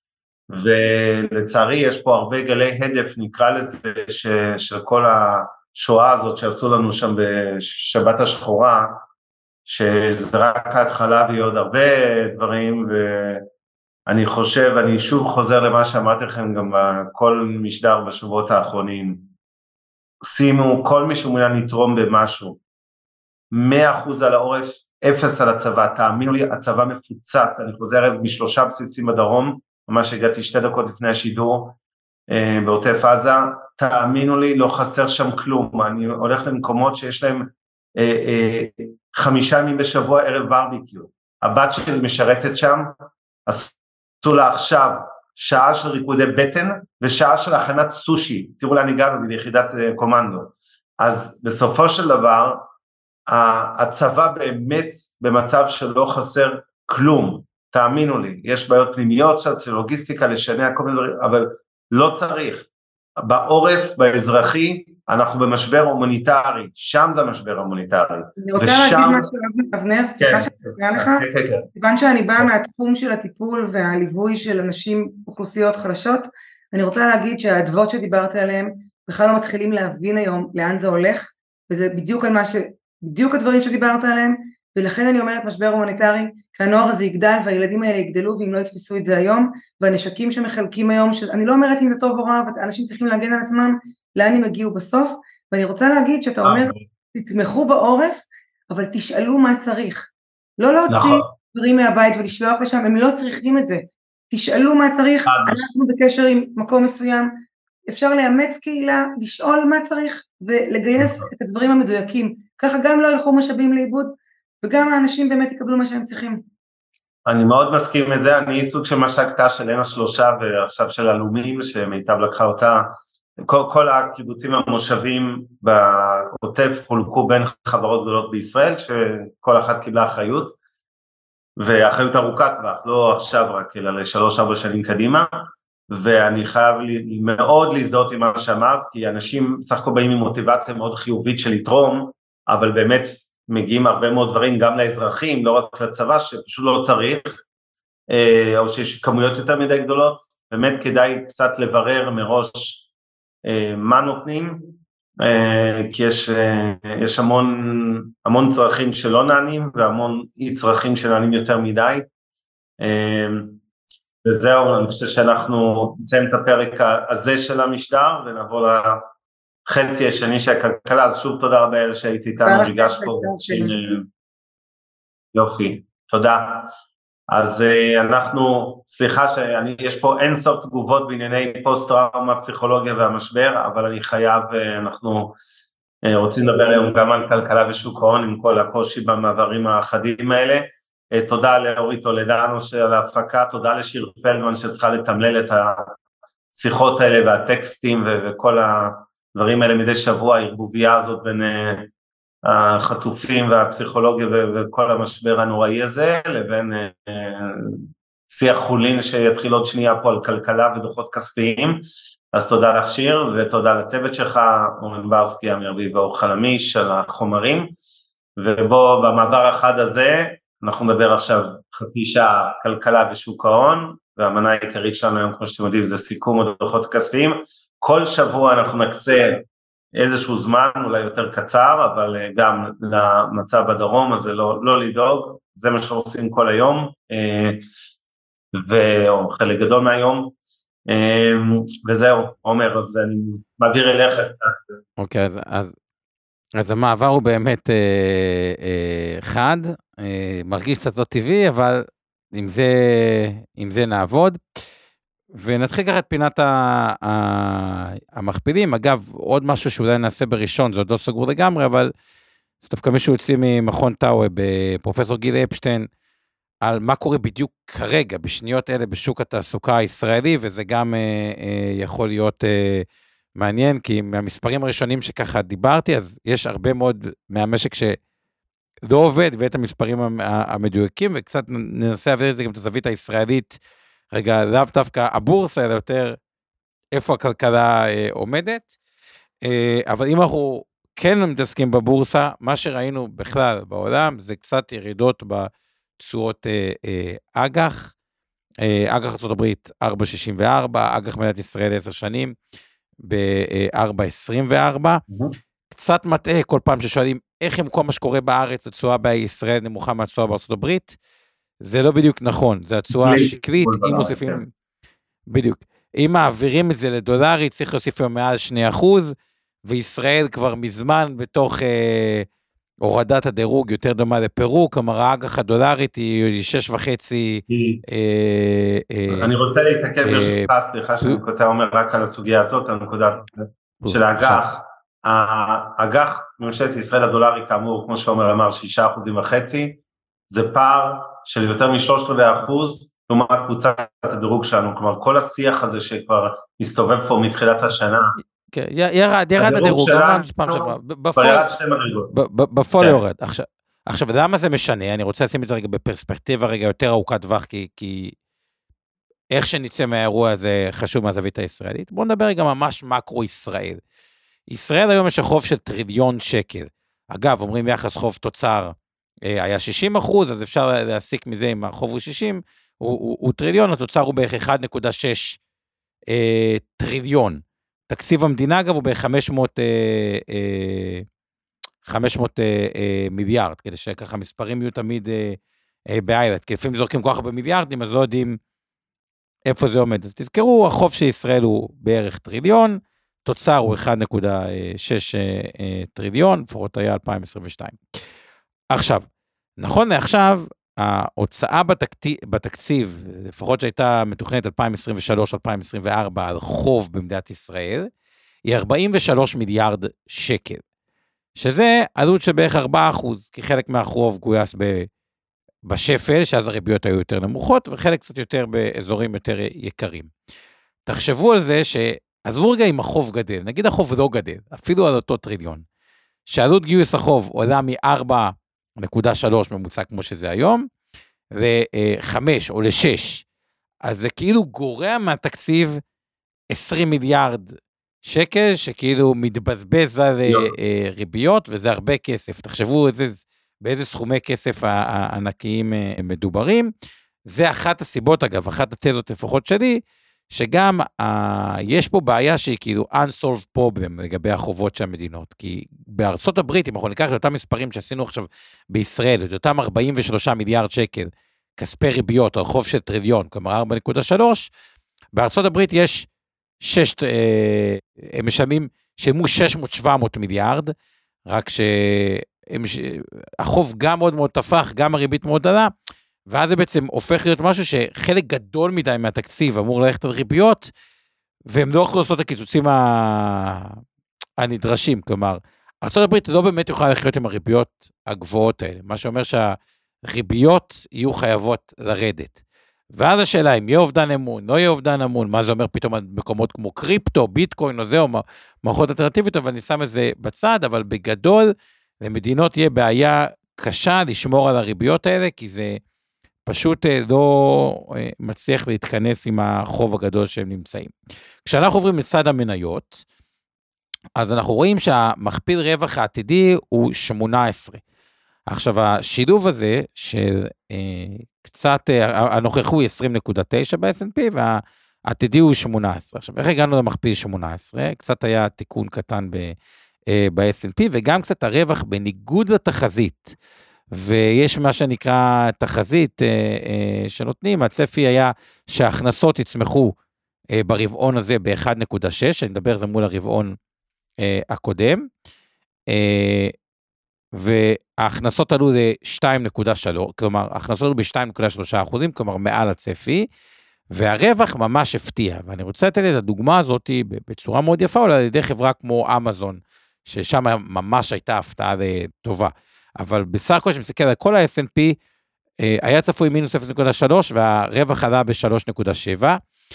ולצערי יש פה הרבה גלי הדף, נקרא לזה, ש, של כל השואה הזאת שעשו לנו שם בשבת השחורה, שזה רק ההתחלה ויהיה עוד הרבה דברים, ואני חושב, אני שוב חוזר למה שאמרתי לכם גם בכל משדר בשבועות האחרונים, שימו כל מי שמעוניין לתרום במשהו, מאה אחוז על העורף, אפס על הצבא, תאמינו לי, הצבא מפוצץ, אני חוזר משלושה בסיסים בדרום, ממש הגעתי שתי דקות לפני השידור, אה, בעוטף עזה, תאמינו לי, לא חסר שם כלום, אני הולך למקומות שיש להם אה, אה, חמישה ימים בשבוע ערב ברביקיו, הבת שלי משרתת שם, עשו לה עכשיו שעה של ריקודי בטן, ושעה של הכנת סושי, תראו לאן הגענו ביחידת אה, קומנדו, אז בסופו של דבר, הצבא באמת במצב שלא חסר כלום, תאמינו לי, יש בעיות פנימיות, לוגיסטיקה, לשנע כל מיני דברים, אבל לא צריך. בעורף, באזרחי, אנחנו במשבר הומניטרי, שם זה המשבר הומניטרי. אני רוצה להגיד משהו, אבנר, סליחה שתקרא לך, כיוון שאני באה מהתחום של הטיפול והליווי של אנשים, אוכלוסיות חלשות, אני רוצה להגיד שהאדוות שדיברת עליהן, בכלל לא מתחילים להבין היום לאן זה הולך, וזה בדיוק על מה ש... בדיוק הדברים שדיברת עליהם, ולכן אני אומרת משבר הומניטרי, כי הנוער הזה יגדל והילדים האלה יגדלו, ואם לא יתפסו את זה היום, והנשקים שמחלקים היום, אני לא אומרת אם זה טוב או רע, אנשים צריכים להגן על עצמם, לאן הם הגיעו בסוף, ואני רוצה להגיד שאתה אומר, תתמכו בעורף, אבל תשאלו מה צריך, לא להוציא דברים מהבית ולשלוח לשם, הם לא צריכים את זה, תשאלו מה צריך, אנחנו בקשר עם מקום מסוים, אפשר לאמץ קהילה, לשאול מה צריך, ולגייס את הדברים המדויקים, ככה גם לא ילכו משאבים לאיבוד, וגם האנשים באמת יקבלו מה שהם צריכים. אני מאוד מסכים את זה, אני סוג של משקתה של עין השלושה, ועכשיו של הלאומים, שמיטב לקחה אותה, כל, כל הקיבוצים המושבים בעוטף חולקו בין חברות גדולות בישראל, שכל אחת קיבלה אחריות, ואחריות ארוכת טווח, לא עכשיו רק, אלא לשלוש ארבע שנים קדימה, ואני חייב לי, מאוד להזדהות עם מה שאמרת, כי אנשים סך הכל באים עם מוטיבציה מאוד חיובית של לתרום, אבל באמת מגיעים הרבה מאוד דברים גם לאזרחים, לא רק לצבא, שפשוט לא צריך, או שיש כמויות יותר מדי גדולות, באמת כדאי קצת לברר מראש מה נותנים, כי יש, יש המון, המון צרכים שלא נענים, והמון אי צרכים שנענים יותר מדי, וזהו, אני חושב שאנחנו נסיים את הפרק הזה של המשדר, ונעבור לחצי השני של הכלכלה, אז שוב תודה רבה אל שהייתי איתנו, ריגש פה, יופי, תודה. אז אנחנו, סליחה שיש פה אין סוף תגובות בענייני פוסט-טראומה, פסיכולוגיה והמשבר, אבל אני חייב, אנחנו רוצים לדבר היום גם על כלכלה ושוק ההון, עם כל הקושי במעברים החדים האלה. תודה לאורית טולדנו על ההפקה, תודה לשיר פלדמן שצריכה לתמלל את השיחות האלה והטקסטים וכל הדברים האלה מדי שבוע, הערבוביה הזאת בין החטופים והפסיכולוגיה וכל המשבר הנוראי הזה, לבין שיח חולין שיתחיל עוד שנייה פה על כלכלה ודוחות כספיים. אז תודה לך שיר, ותודה לצוות שלך, אורן ברסקי, אמיר ביב ואור חלמיש, על החומרים, ובוא במעבר החד הזה, אנחנו נדבר עכשיו חצי שעה כלכלה ושוק ההון, והמנה העיקרית שלנו היום, כמו שאתם יודעים, זה סיכום הדוחות הכספיים. כל שבוע אנחנו נקצה איזשהו זמן, אולי יותר קצר, אבל גם למצב בדרום, אז זה לא, לא לדאוג, זה מה שעושים כל היום, או חלק גדול מהיום, וזהו, עומר, אז אני מעביר אליך. אוקיי, אז, אז, אז המעבר הוא באמת אה, אה, חד, אה, מרגיש קצת לא טבעי, אבל עם זה, עם זה נעבוד. ונתחיל ככה את פינת המכפילים. אגב, עוד משהו שאולי נעשה בראשון, זה עוד לא סגור לגמרי, אבל זה דווקא מישהו יוצא ממכון טאווה, בפרופסור גיל אפשטיין, על מה קורה בדיוק כרגע, בשניות אלה, בשוק התעסוקה הישראלי, וזה גם אה, אה, יכול להיות אה, מעניין, כי מהמספרים הראשונים שככה דיברתי, אז יש הרבה מאוד מהמשק שלא עובד, ואת המספרים המדויקים, וקצת ננסה להביא את זה גם את הזווית הישראלית, רגע, לאו דווקא הבורסה, אלא יותר איפה הכלכלה אה, עומדת, אה, אבל אם אנחנו כן מתעסקים בבורסה, מה שראינו בכלל בעולם, זה קצת ירידות בתשואות אה, אה, אג"ח, אה, אג"ח ארצות הברית ארבע שישים וארבע, אג"ח מדינת ישראל עשר שנים, ב-ארבע עשרים וארבע, mm-hmm. קצת מטעה כל פעם ששואלים, איך עם כל מה שקורה בארץ, התשואה בישראל נמוכה מהתשואה בארצות הברית, זה לא בדיוק נכון, זה התשואה השקלית, אם מוסיפים, בדיוק, אם מעבירים את זה לדולרי, צריך להוסיף היום מעל שני אחוז, וישראל כבר מזמן בתוך אה, הורדת הדירוג יותר דומה לפירוק, כלומר האג"ח הדולרית היא שש וחצי. אה, אה, אני רוצה להתעכב אה, ברשותך, אה, סליחה שאני קוטע אומר רק על הסוגיה הזאת, הנקודה הזאת של האג"ח, האג"ח ממשלת ישראל הדולרי כאמור, כמו שאומר אמר, שישה אחוזים וחצי, זה פער של יותר משלושת רבעי אחוז, לעומת קבוצת הדירוג שלנו, כלומר כל השיח הזה שכבר מסתובב פה מתחילת השנה, כן, ירד, ירד הדירוג, בפועל יורד. עכשיו, למה זה משנה? אני רוצה לשים את זה רגע בפרספקטיבה רגע יותר ארוכת טווח, כי איך שנצא מהאירוע הזה חשוב מהזווית הישראלית. בואו נדבר רגע ממש מקרו ישראל. ישראל היום יש חוב של טריליון שקל. אגב, אומרים יחס חוב תוצר, היה שישים אחוז, אז אפשר להסיק מזה אם החוב הוא שישים, הוא, הוא, הוא טריליון, התוצר הוא בערך אחד נקודה שש אה, טריליון. תקציב המדינה אגב הוא ב-חמש מאות אה, אה, חמש מאות אה, אה, מיליארד, כדי שככה מספרים יהיו תמיד אה, אה, באיילת, כי לפעמים זורקים כוח במיליארדים, אז לא יודעים איפה זה עומד. אז תזכרו, החוב של ישראל הוא בערך טריליון, תוצר הוא אחד נקודה שש אה, אה, טריליון, לפחות היה אלפיים עשרים ושתיים. עכשיו, נכון לעכשיו, ההוצאה בתקציב, בתקציב, לפחות שהייתה מתוכננת אלפיים עשרים ושלוש אלפיים עשרים וארבע על חוב במדינת ישראל, היא ארבעים ושלושה מיליארד שקל, שזה עלות של בערך ארבעה אחוז, כי חלק מהחוב גויס בשפל, שאז הריביות היו יותר נמוכות, וחלק קצת יותר באזורים יותר יקרים. תחשבו על זה שעזבו רגע אם החוב גדל, נגיד החוב לא גדל, אפילו על אותו טריליון, שעלות גיוס החוב עולה מ-ארבע נקודה שלוש ממוצע כמו שזה היום, ל-חמש או ל-שש, אז זה כאילו גורע מהתקציב עשרים מיליארד שקל, שכאילו מתבזבז על ריביות, וזה הרבה כסף. תחשבו איזה באיזה סכומי כסף הענקיים מדוברים. זה אחת הסיבות, אגב, אחת התזות לפחות שלי, שגם אה, יש פה בעיה שהיא כאילו unsolved problem לגבי החובות של המדינות, כי בארצות הברית, אם אנחנו ניקח את אותם מספרים שעשינו עכשיו בישראל, את אותם ארבעים ושלושה מיליארד שקל, כספי ריביות, על חוב של טריליון, כלומר ארבע נקודה שלוש, בארצות הברית יש שש, אה, הם משלמים, שילמו שש מאות שבע מאות מיליארד, רק שהחוב גם מאוד מאוד תפח, גם הריבית מאוד עלה, ואז זה בעצם הופך להיות משהו שחלק גדול מדי מהתקציב אמור ללכת על ריביות, והם לא יכולים לעשות את הקיצוצים הנדרשים, כלומר, ארצות הברית לא באמת יכולה לחיות עם הריביות הגבוהות האלה, מה שאומר שהריביות יהיו חייבות לרדת. ואז השאלה אם יהיה אובדן אמון, לא יהיה אובדן אמון, מה זה אומר פתאום על מקומות כמו קריפטו, ביטקוין או זה, או מערכות אלטרנטיביות, אבל אני שם את זה בצד, אבל בגדול, למדינות יהיה בעיה קשה לשמור על הריביות האלה, כי זה פשוט לא מצליח להתכנס עם החוב הגדול שהם נמצאים. כשאנחנו עוברים לצד המניות, אז אנחנו רואים שהמכפיל רווח העתידי הוא שמונה עשרה. עכשיו, השילוב הזה של אה, קצת, אה, הנוכחי הוא עשרים נקודה תשע ב-אס אנד פי, והעתידי הוא שמונה עשרה. עכשיו, איך הגענו למכפיל שמונה עשרה? קצת היה תיקון קטן ב-אס אנד פי, וגם קצת הרווח בניגוד לתחזית, ויש מה שנקרא תחזית אה, אה, שנותנים, הצפי היה שההכנסות יצמחו אה, ברבעון הזה ב-אחת נקודה שש, אני מדבר זה מול הרבעון אה, הקודם, אה, וההכנסות עלו ל-שתיים נקודה שלוש, כלומר, ההכנסות עלו ב-שתיים נקודה שלוש אחוזים, כלומר, מעל הצפי, והרווח ממש הפתיע, ואני רוצה לתת את הדוגמה הזאת בצורה מאוד יפה, אולי על ידי חברה כמו אמזון, ששם ממש הייתה הפתעה טובה, אבל בסך הכל שמסתכל על כל ה-אס אנד פי, היה צפוי מינוס אפס נקודה שלוש, והרווח עלה ב-שלוש נקודה שבע,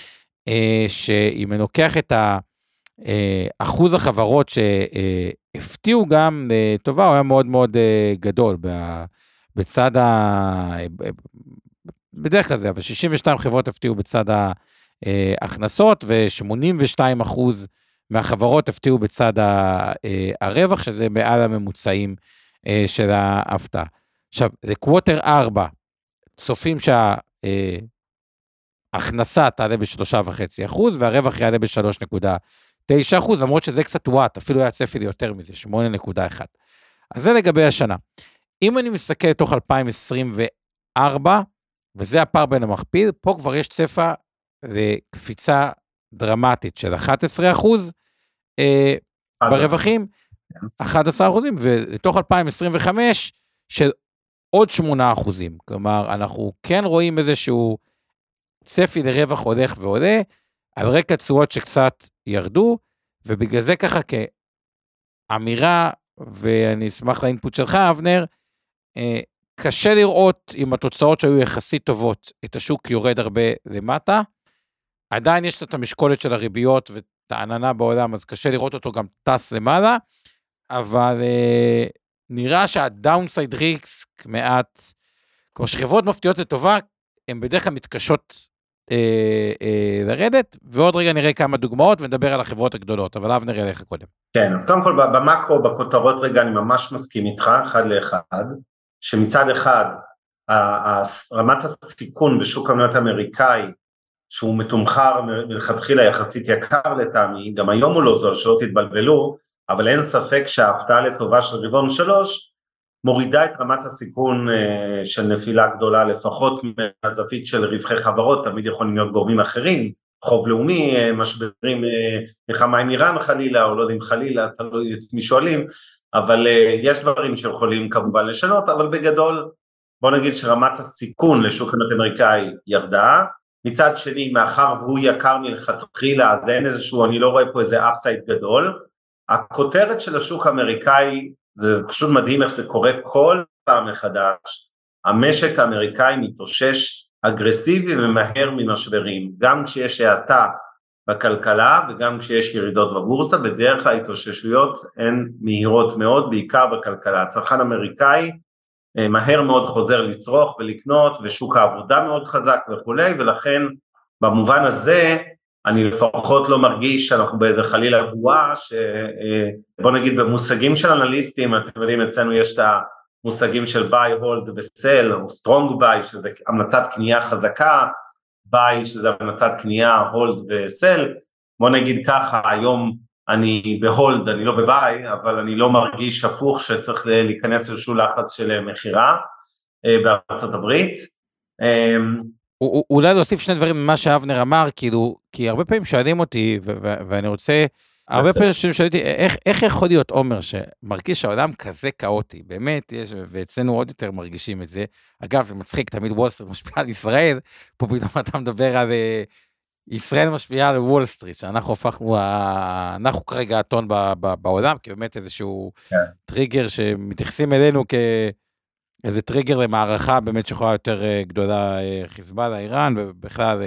שאם אני לוקח את אחוז החברות שהפתיעו גם טובה, הוא היה מאוד מאוד גדול, בצד ה... בדרך כלל זה, אבל שישים ושתיים חברות הפתיעו בצד ההכנסות, ו-שמונים ושתיים אחוז מהחברות הפתיעו בצד הרווח, שזה מעל הממוצעים של ההפתעה. עכשיו, לקווטר ארבע, צופים שההכנסה תעלה ב-שלושה וחצי אחוז, והרווח יעלה ב-שלוש נקודה תשע אחוז, למרות שזה קצת וואט, אפילו היה צפי לי יותר מזה, שמונה נקודה אחת. אז זה לגבי השנה. אם אני מסתכל לתוך אלפיים עשרים וארבע, וזה הפער בין המכפיל, פה כבר יש צפה לקפיצה דרמטית של אחד עשר אחוז אה, ברווחים, אחד עשר אחוזים, ולתוך אלפיים עשרים וחמש של עוד שמונה אחוזים. כלומר, אנחנו כן רואים איזשהו צפי לרווח הולך ועולה, על רקע תשואות שקצת ירדו, ובגלל זה ככה כאמירה, ואני אשמח לאינפוט שלך, אבנר, אה, קשה לראות עם התוצאות שהיו יחסית טובות, את השוק יורד הרבה למטה, עדיין יש את המשקולת של הריביות ואת העננה בעולם, אז קשה לראות אותו גם טס למעלה, אבל אה, נראה שהדאונסייד ריסק מעט, כמו שחברות מפתיעות לטובה, הן בדרך כלל מתקשות אה, אה, לרדת, ועוד רגע נראה כמה דוגמאות, ונדבר על החברות הגדולות, אבל אבנר ילך קודם. כן, אז קודם כל במקרו, בכותרות רגע, אני ממש מסכים איתך, אחד לאחד, שמצד אחד, רמת הסיכון בשוק המניות האמריקאי, שהוא מתומחר מלכתחילה יחסית יקר לטעמי, גם היום הוא לא זול, שלא תתבלבלו, אבל אין ספק שההפתעה לטובה של רבעון שלוש, מורידה את רמת הסיכון של נפילה גדולה, לפחות מהזווית של רווחי חברות, תמיד יכולים להיות גורמים אחרים, חוב לאומי, משברים, מלחמה עם איראן חלילה, או לא יודעים חלילה, תלוי את מי שואלים, אבל יש דברים שיכולים כמובן לשנות, אבל בגדול, בוא נגיד שרמת הסיכון לשוק המניות האמריקאי ירדה, מצד שני, מאחר והוא יקר מלכתחילה, אז אין איזשהו, אני לא רואה פה איזה אפסייד גדול, הכותרת של השוק האמריקאי, זה פשוט מדהים איך זה קורה כל פעם מחדש, המשק האמריקאי מתאושש אגרסיבי ומהר ממשברים, גם כשיש האטה בכלכלה וגם כשיש ירידות בבורסה, בדרך כלל התאוששויות הן מהירות מאוד, בעיקר בכלכלה, הצרכן האמריקאי מהר מאוד חוזר לצרוך ולקנות, ושוק העבודה מאוד חזק וכולי, ולכן במובן הזה, אני לפחות לא מרגיש שאנחנו באיזה חלילה בועה, שבוא נגיד במושגים של אנליסטים, אתם יודעים, אצלנו יש את מושגים של buy, hold ו-sell, או strong buy, שזה המלצת קנייה חזקה, buy, שזה המלצת קנייה, hold ו-sell, בוא נגיד ככה, היום אני ב-hold, אני לא ב-buy, אבל אני לא מרגיש הפוך שצריך להיכנס לרשול לחץ של מחירה בארצות הברית. אולי להוסיף שני דברים ממה שאבנר אמר, כאילו, כי הרבה פעמים שואלים אותי, ואני רוצה, הרבה פעמים שואלים אותי, איך יכול להיות עומר שמרגיש שהעולם כזה כאוטי, באמת, ואצלנו עוד יותר מרגישים את זה, אגב, זה מצחיק, תמיד וול סטריט משפיע על ישראל, פה פתאום אתה מדבר על ישראל משפיעה על וול סטריט, שאנחנו הפכנו, אנחנו כרגע הטון בעולם, כי באמת איזשהו טריגר שמתייחסים אלינו כ... איזה טריגר למערכה באמת שיכולה יותר גדולה, חיזבאללה, איראן, ובכלל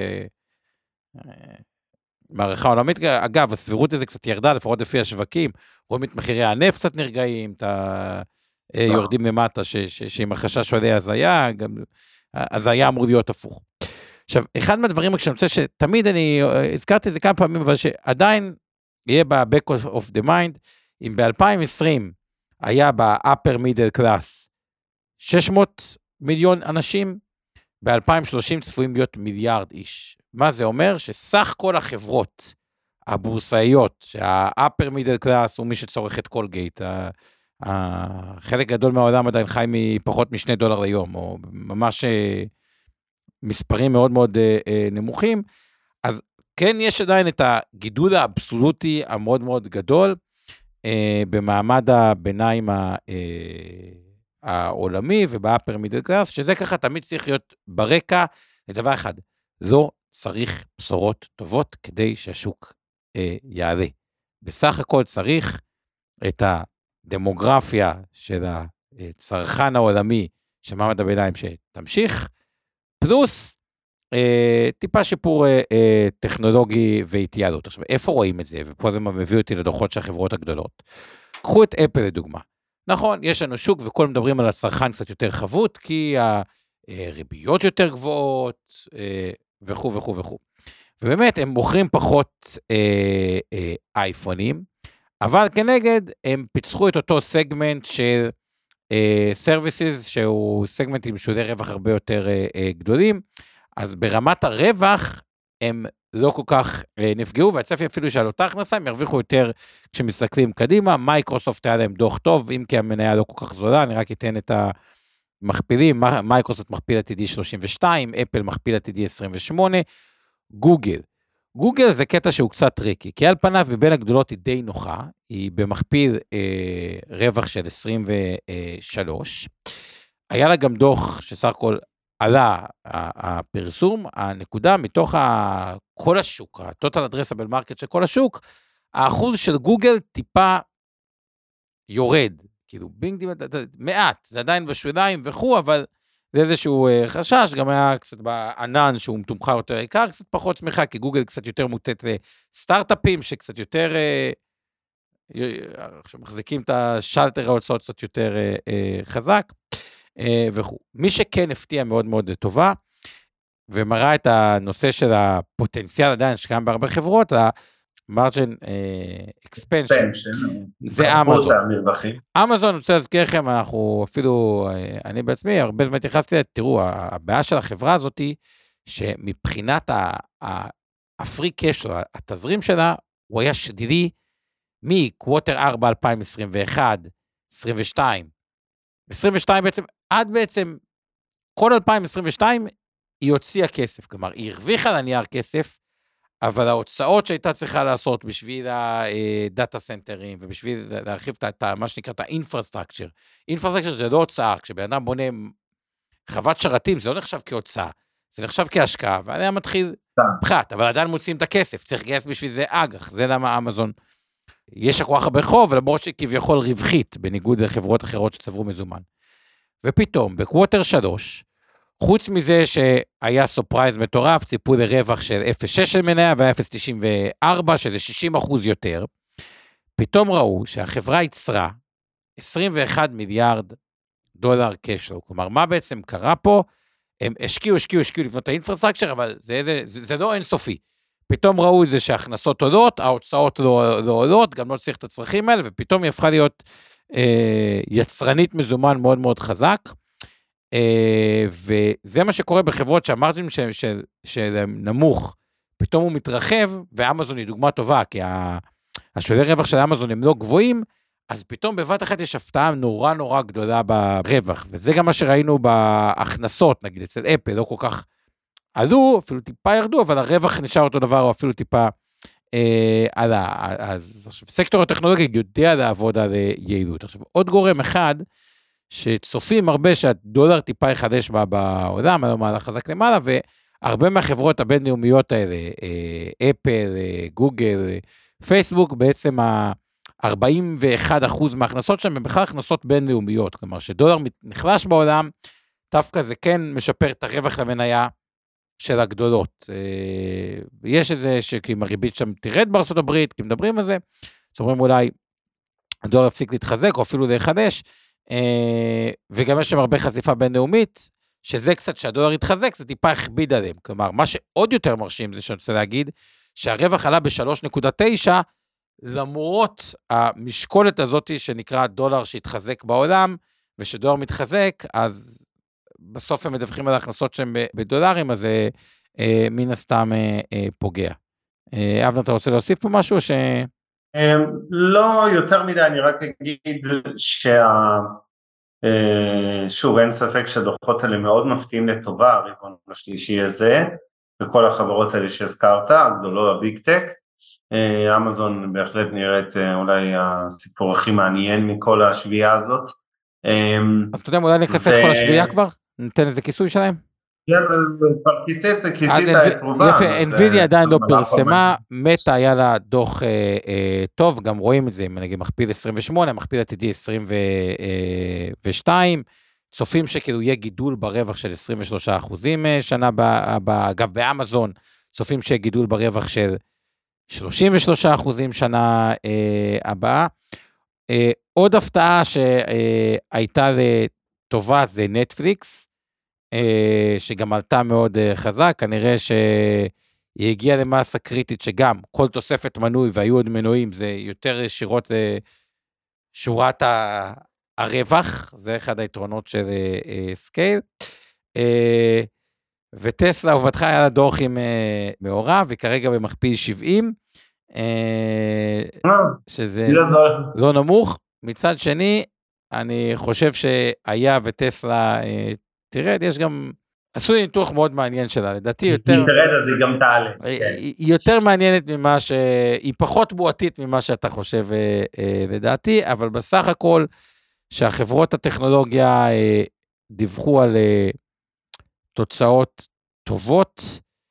מערכה עולמית. אגב, הסבירות הזה קצת ירדה, לפחות לפי השווקים, רואים את מחירי הנפט קצת נרגעים, את היורדים למטה, שעם החשש עולה הזיה, אז היה אמור להיות הפוך. עכשיו, אחד מהדברים כשאני רוצה שתמיד אני, הזכרתי את זה כמה פעמים, אבל שעדיין יהיה ב-back of the mind, אם ב-אלפיים ועשרים היה ב-upper middle class, שש מאות מיליון אנשים, ב-אלפיים ושלושים צפויים להיות מיליארד איש. מה זה אומר? שסך כל החברות הבורסאיות, שה-upper middle class הוא מי שצורך את קולגייט, חלק גדול מהעולם עדיין חי מפחות משני דולר ליום, או ממש מספרים מאוד מאוד נמוכים, אז כן יש עדיין את הגידול האבסולוטי המאוד מאוד גדול, במעמד הביניים ה... העולמי ובאפר מידל קלאס, שזה ככה תמיד צריך להיות ברקע, לדבר אחד, לא צריך בשורות טובות כדי שהשוק אה, יעלה. בסך הכל צריך את הדמוגרפיה של הצרכן העולמי, של מעמד הביניים שתמשיך, פלוס אה, טיפה שיפור אה, אה, טכנולוגי והתייעלות. עכשיו, איפה רואים את זה? ופה זה מביא אותי לדוחות של החברות הגדולות. קחו את אפל לדוגמה. נכון, יש לנו שוק וכל מדברים על הצרכן קצת יותר חבות, כי הריביות יותר גבוהות וכו' וכו' וכו'. ובאמת הם מוכרים פחות אה, אה, אייפונים, אבל כנגד הם פיצחו את אותו סגמנט של אה, services, שהוא סגמנט עם שולי רווח הרבה יותר אה, אה, גדולים, אז ברמת הרווח הם לא כל כך אה, נפגעו, והצפי אפילו שעל אותה הכנסה, הם ירוויחו יותר כשמסתכלים קדימה. מייקרוסופט היה להם דוח טוב, אם כי המניה לא כל כך זולה, אני רק אתן את המכפילים, מייקרוסופט מכפיל עתידי שלושים ושתיים, אפל מכפיל עתידי עשרים ושמונה, גוגל. גוגל זה קטע שהוא קצת טריקי, כי על פניו מבין הגדולות היא די נוחה, היא במכפיל אה, רווח של עשרים ושלוש, היה לה גם דוח שסך הכל עלה הפרסום, הנקודה מתוך כל השוק, ה-total addressable market של כל השוק, האחוז של גוגל טיפה יורד, כאילו בינג מעט, זה עדיין בשוליים וכו', אבל זה איזשהו חשש, גם היה קצת בענן שהוא מתומחה יותר עיקר, קצת פחות צמיחה, כי גוגל קצת יותר מוטט לסטארט-אפים, שקצת יותר, שמחזיקים את השלטר ההוצאות קצת יותר חזק, וכו'. מי שכן הפתיע מאוד מאוד טובה, ומראה את הנושא של הפוטנציאל עדיין שקיים בהרבה חברות, ה-margin expansion, זה אמזון. אמזון, אני רוצה להזכיר לכם, אנחנו אפילו, אני בעצמי, הרבה זמן התייחסתי, תראו, הבעיה של החברה הזאת היא, שמבחינת הפרי קש, התזרים שלה, הוא היה שדידי, מקווטר ארבע אלפיים עשרים ואחת, עשרים ושתיים, עשרים ושתיים בעצם, עד בעצם, כל אלפיים עשרים ושתיים, היא הוציאה כסף, כלומר, היא הרוויחה לנייר כסף, אבל ההוצאות שהייתה צריכה לעשות בשביל הדאטה סנטרים, ובשביל להרחיב את מה שנקרא את האינפרסטרקצ'ר. אינפרסטרקצ'ר זה לא הוצאה, כשבן אדם בונה חוות שרתים, זה לא נחשב כהוצאה, זה נחשב כהשקעה, ועליה מתחיל פחת, אבל עדיין מוצאים את הכסף, צריך לגייס בשביל זה אג"ח, זה למה אמזון, יש הכוח הרבה חוב, למרות שכביכול רווחית, בניגוד לחברות אחרות שצברו מזומן. ופתאום, בקווטר שלוש, חוץ מזה שהיה סופרייז מטורף, ציפו לרווח של אפס נקודה שש של מניה, ו-אפס נקודה תשעים וארבע, שזה שישים אחוז יותר, פתאום ראו שהחברה יצרה עשרים ואחד מיליארד דולר קשו, כלומר, מה בעצם קרה פה? הם השקיעו, השקיעו, השקיעו לבנות את האינפרסטרקצ'ר, אבל זה, זה, זה, זה לא אינסופי. פתאום ראו את זה שההכנסות עולות, ההוצאות לא, לא עולות, גם לא צריך את הצרכים האלה, ופתאום היא הפכה להיות יצרנית מזומן מאוד מאוד חזק, וזה מה שקורה בחברות שאמרתם שזה נמוך, פתאום הוא מתרחב, ואמזון היא דוגמה טובה, כי השולי רווח של אמזון הם לא גבוהים, אז פתאום בבת אחת יש הפתעה נורא נורא גדולה ברווח, וזה גם מה שראינו בהכנסות, נגיד אצל אפל, לא כל כך עלו, אפילו טיפה ירדו, אבל הרווח נשאר אותו דבר, או אפילו טיפה אה, עלה. אז עכשיו, סקטור הטכנולוגי יודע לעבוד על יעילות. עכשיו, עוד גורם אחד, שצופים הרבה שהדולר טיפה יחדש בעולם, על המהלך חזק למעלה, והרבה מהחברות הבינלאומיות האלה, אה, אפל, אה, גוגל, אה, פייסבוק, בעצם ה... ארבעים ואחד אחוז מההכנסות שם, הם בכלל הכנסות בינלאומיות, כלומר שדולר נחלש בעולם, דווקא זה כן משפר את הרווח למניה של הגדולות. יש איזה שכאילו הריבית שם תירד בארצות הברית, כי מדברים על זה, זאת אומרת אולי הדולר יפסיק להתחזק, או אפילו להיחדש, וגם יש שם הרבה חשיפה בינלאומית, שזה קצת שהדולר יתחזק, זה טיפה הכביד עליהם, כלומר מה שעוד יותר מרשים זה שאני רוצה להגיד, שהרווח עלה ב-שלוש נקודה תשע, למרות המשקולת הזאת שנקרא דולר שהתחזק בעולם, ושדולר מתחזק, אז בסוף הם מדווחים על ההכנסות שהם בדולרים, אז זה אה, מן הסתם אה, אה, פוגע. אה, אבנר, אתה רוצה להוסיף פה משהו? ש... אה, לא יותר מדי, אני רק אגיד שה... אה, שוב, אין ספק שהדוחות האלה מאוד מפתיעים לטובה, הרבעון השלישי הזה, וכל החברות האלה שהזכרת, הגדולות, הביג טק, אמזון בהחלט נראית אולי הסיפור הכי מעניין מכל השביעה הזאת. אז אתה יודע, אולי נכסה את כל השביעה כבר? ניתן איזה כיסוי שלהם? כבר כיסית את רובם. יפה, אנווידיה עדיין לא פרסמה, מטה היה לה דוח טוב, גם רואים את זה, אם נגיד מכפיל עשרים ושמונה, מכפיל עתידי עשרים ושתיים, צופים שכאילו יהיה גידול ברווח של עשרים ושלושה אחוזים שנה, אגב באמזון, צופים שיהיה גידול ברווח של שלושים ושלושה אחוזים שנה אה, הבאה. אה, עוד הפתעה שהייתה לטובה זה נטפליקס, אה, שגם עלתה מאוד אה, חזק, כנראה שהיא הגיעה למסה קריטית שגם כל תוספת מנוי והיו עוד מנויים, זה יותר ישירות לשורת ה- הרווח, זה אחד היתרונות של אה, אה, סקייל. אה, וטסלה ובתך היה לה דוח עם אה, מעורב, וכרגע במכפיל שבעים, אה, שזה לא נמוך. מצד שני, אני חושב שהיה וטסלה אה, תרד, יש גם, עשו לי ניתוח מאוד מעניין שלה, לדעתי יותר... היא תרד אז היא גם תעלה. היא, היא יותר מעניינת ממה ש... היא פחות בועתית ממה שאתה חושב אה, אה, לדעתי, אבל בסך הכל, שהחברות הטכנולוגיה אה, דיווחו על... אה, תוצאות טובות,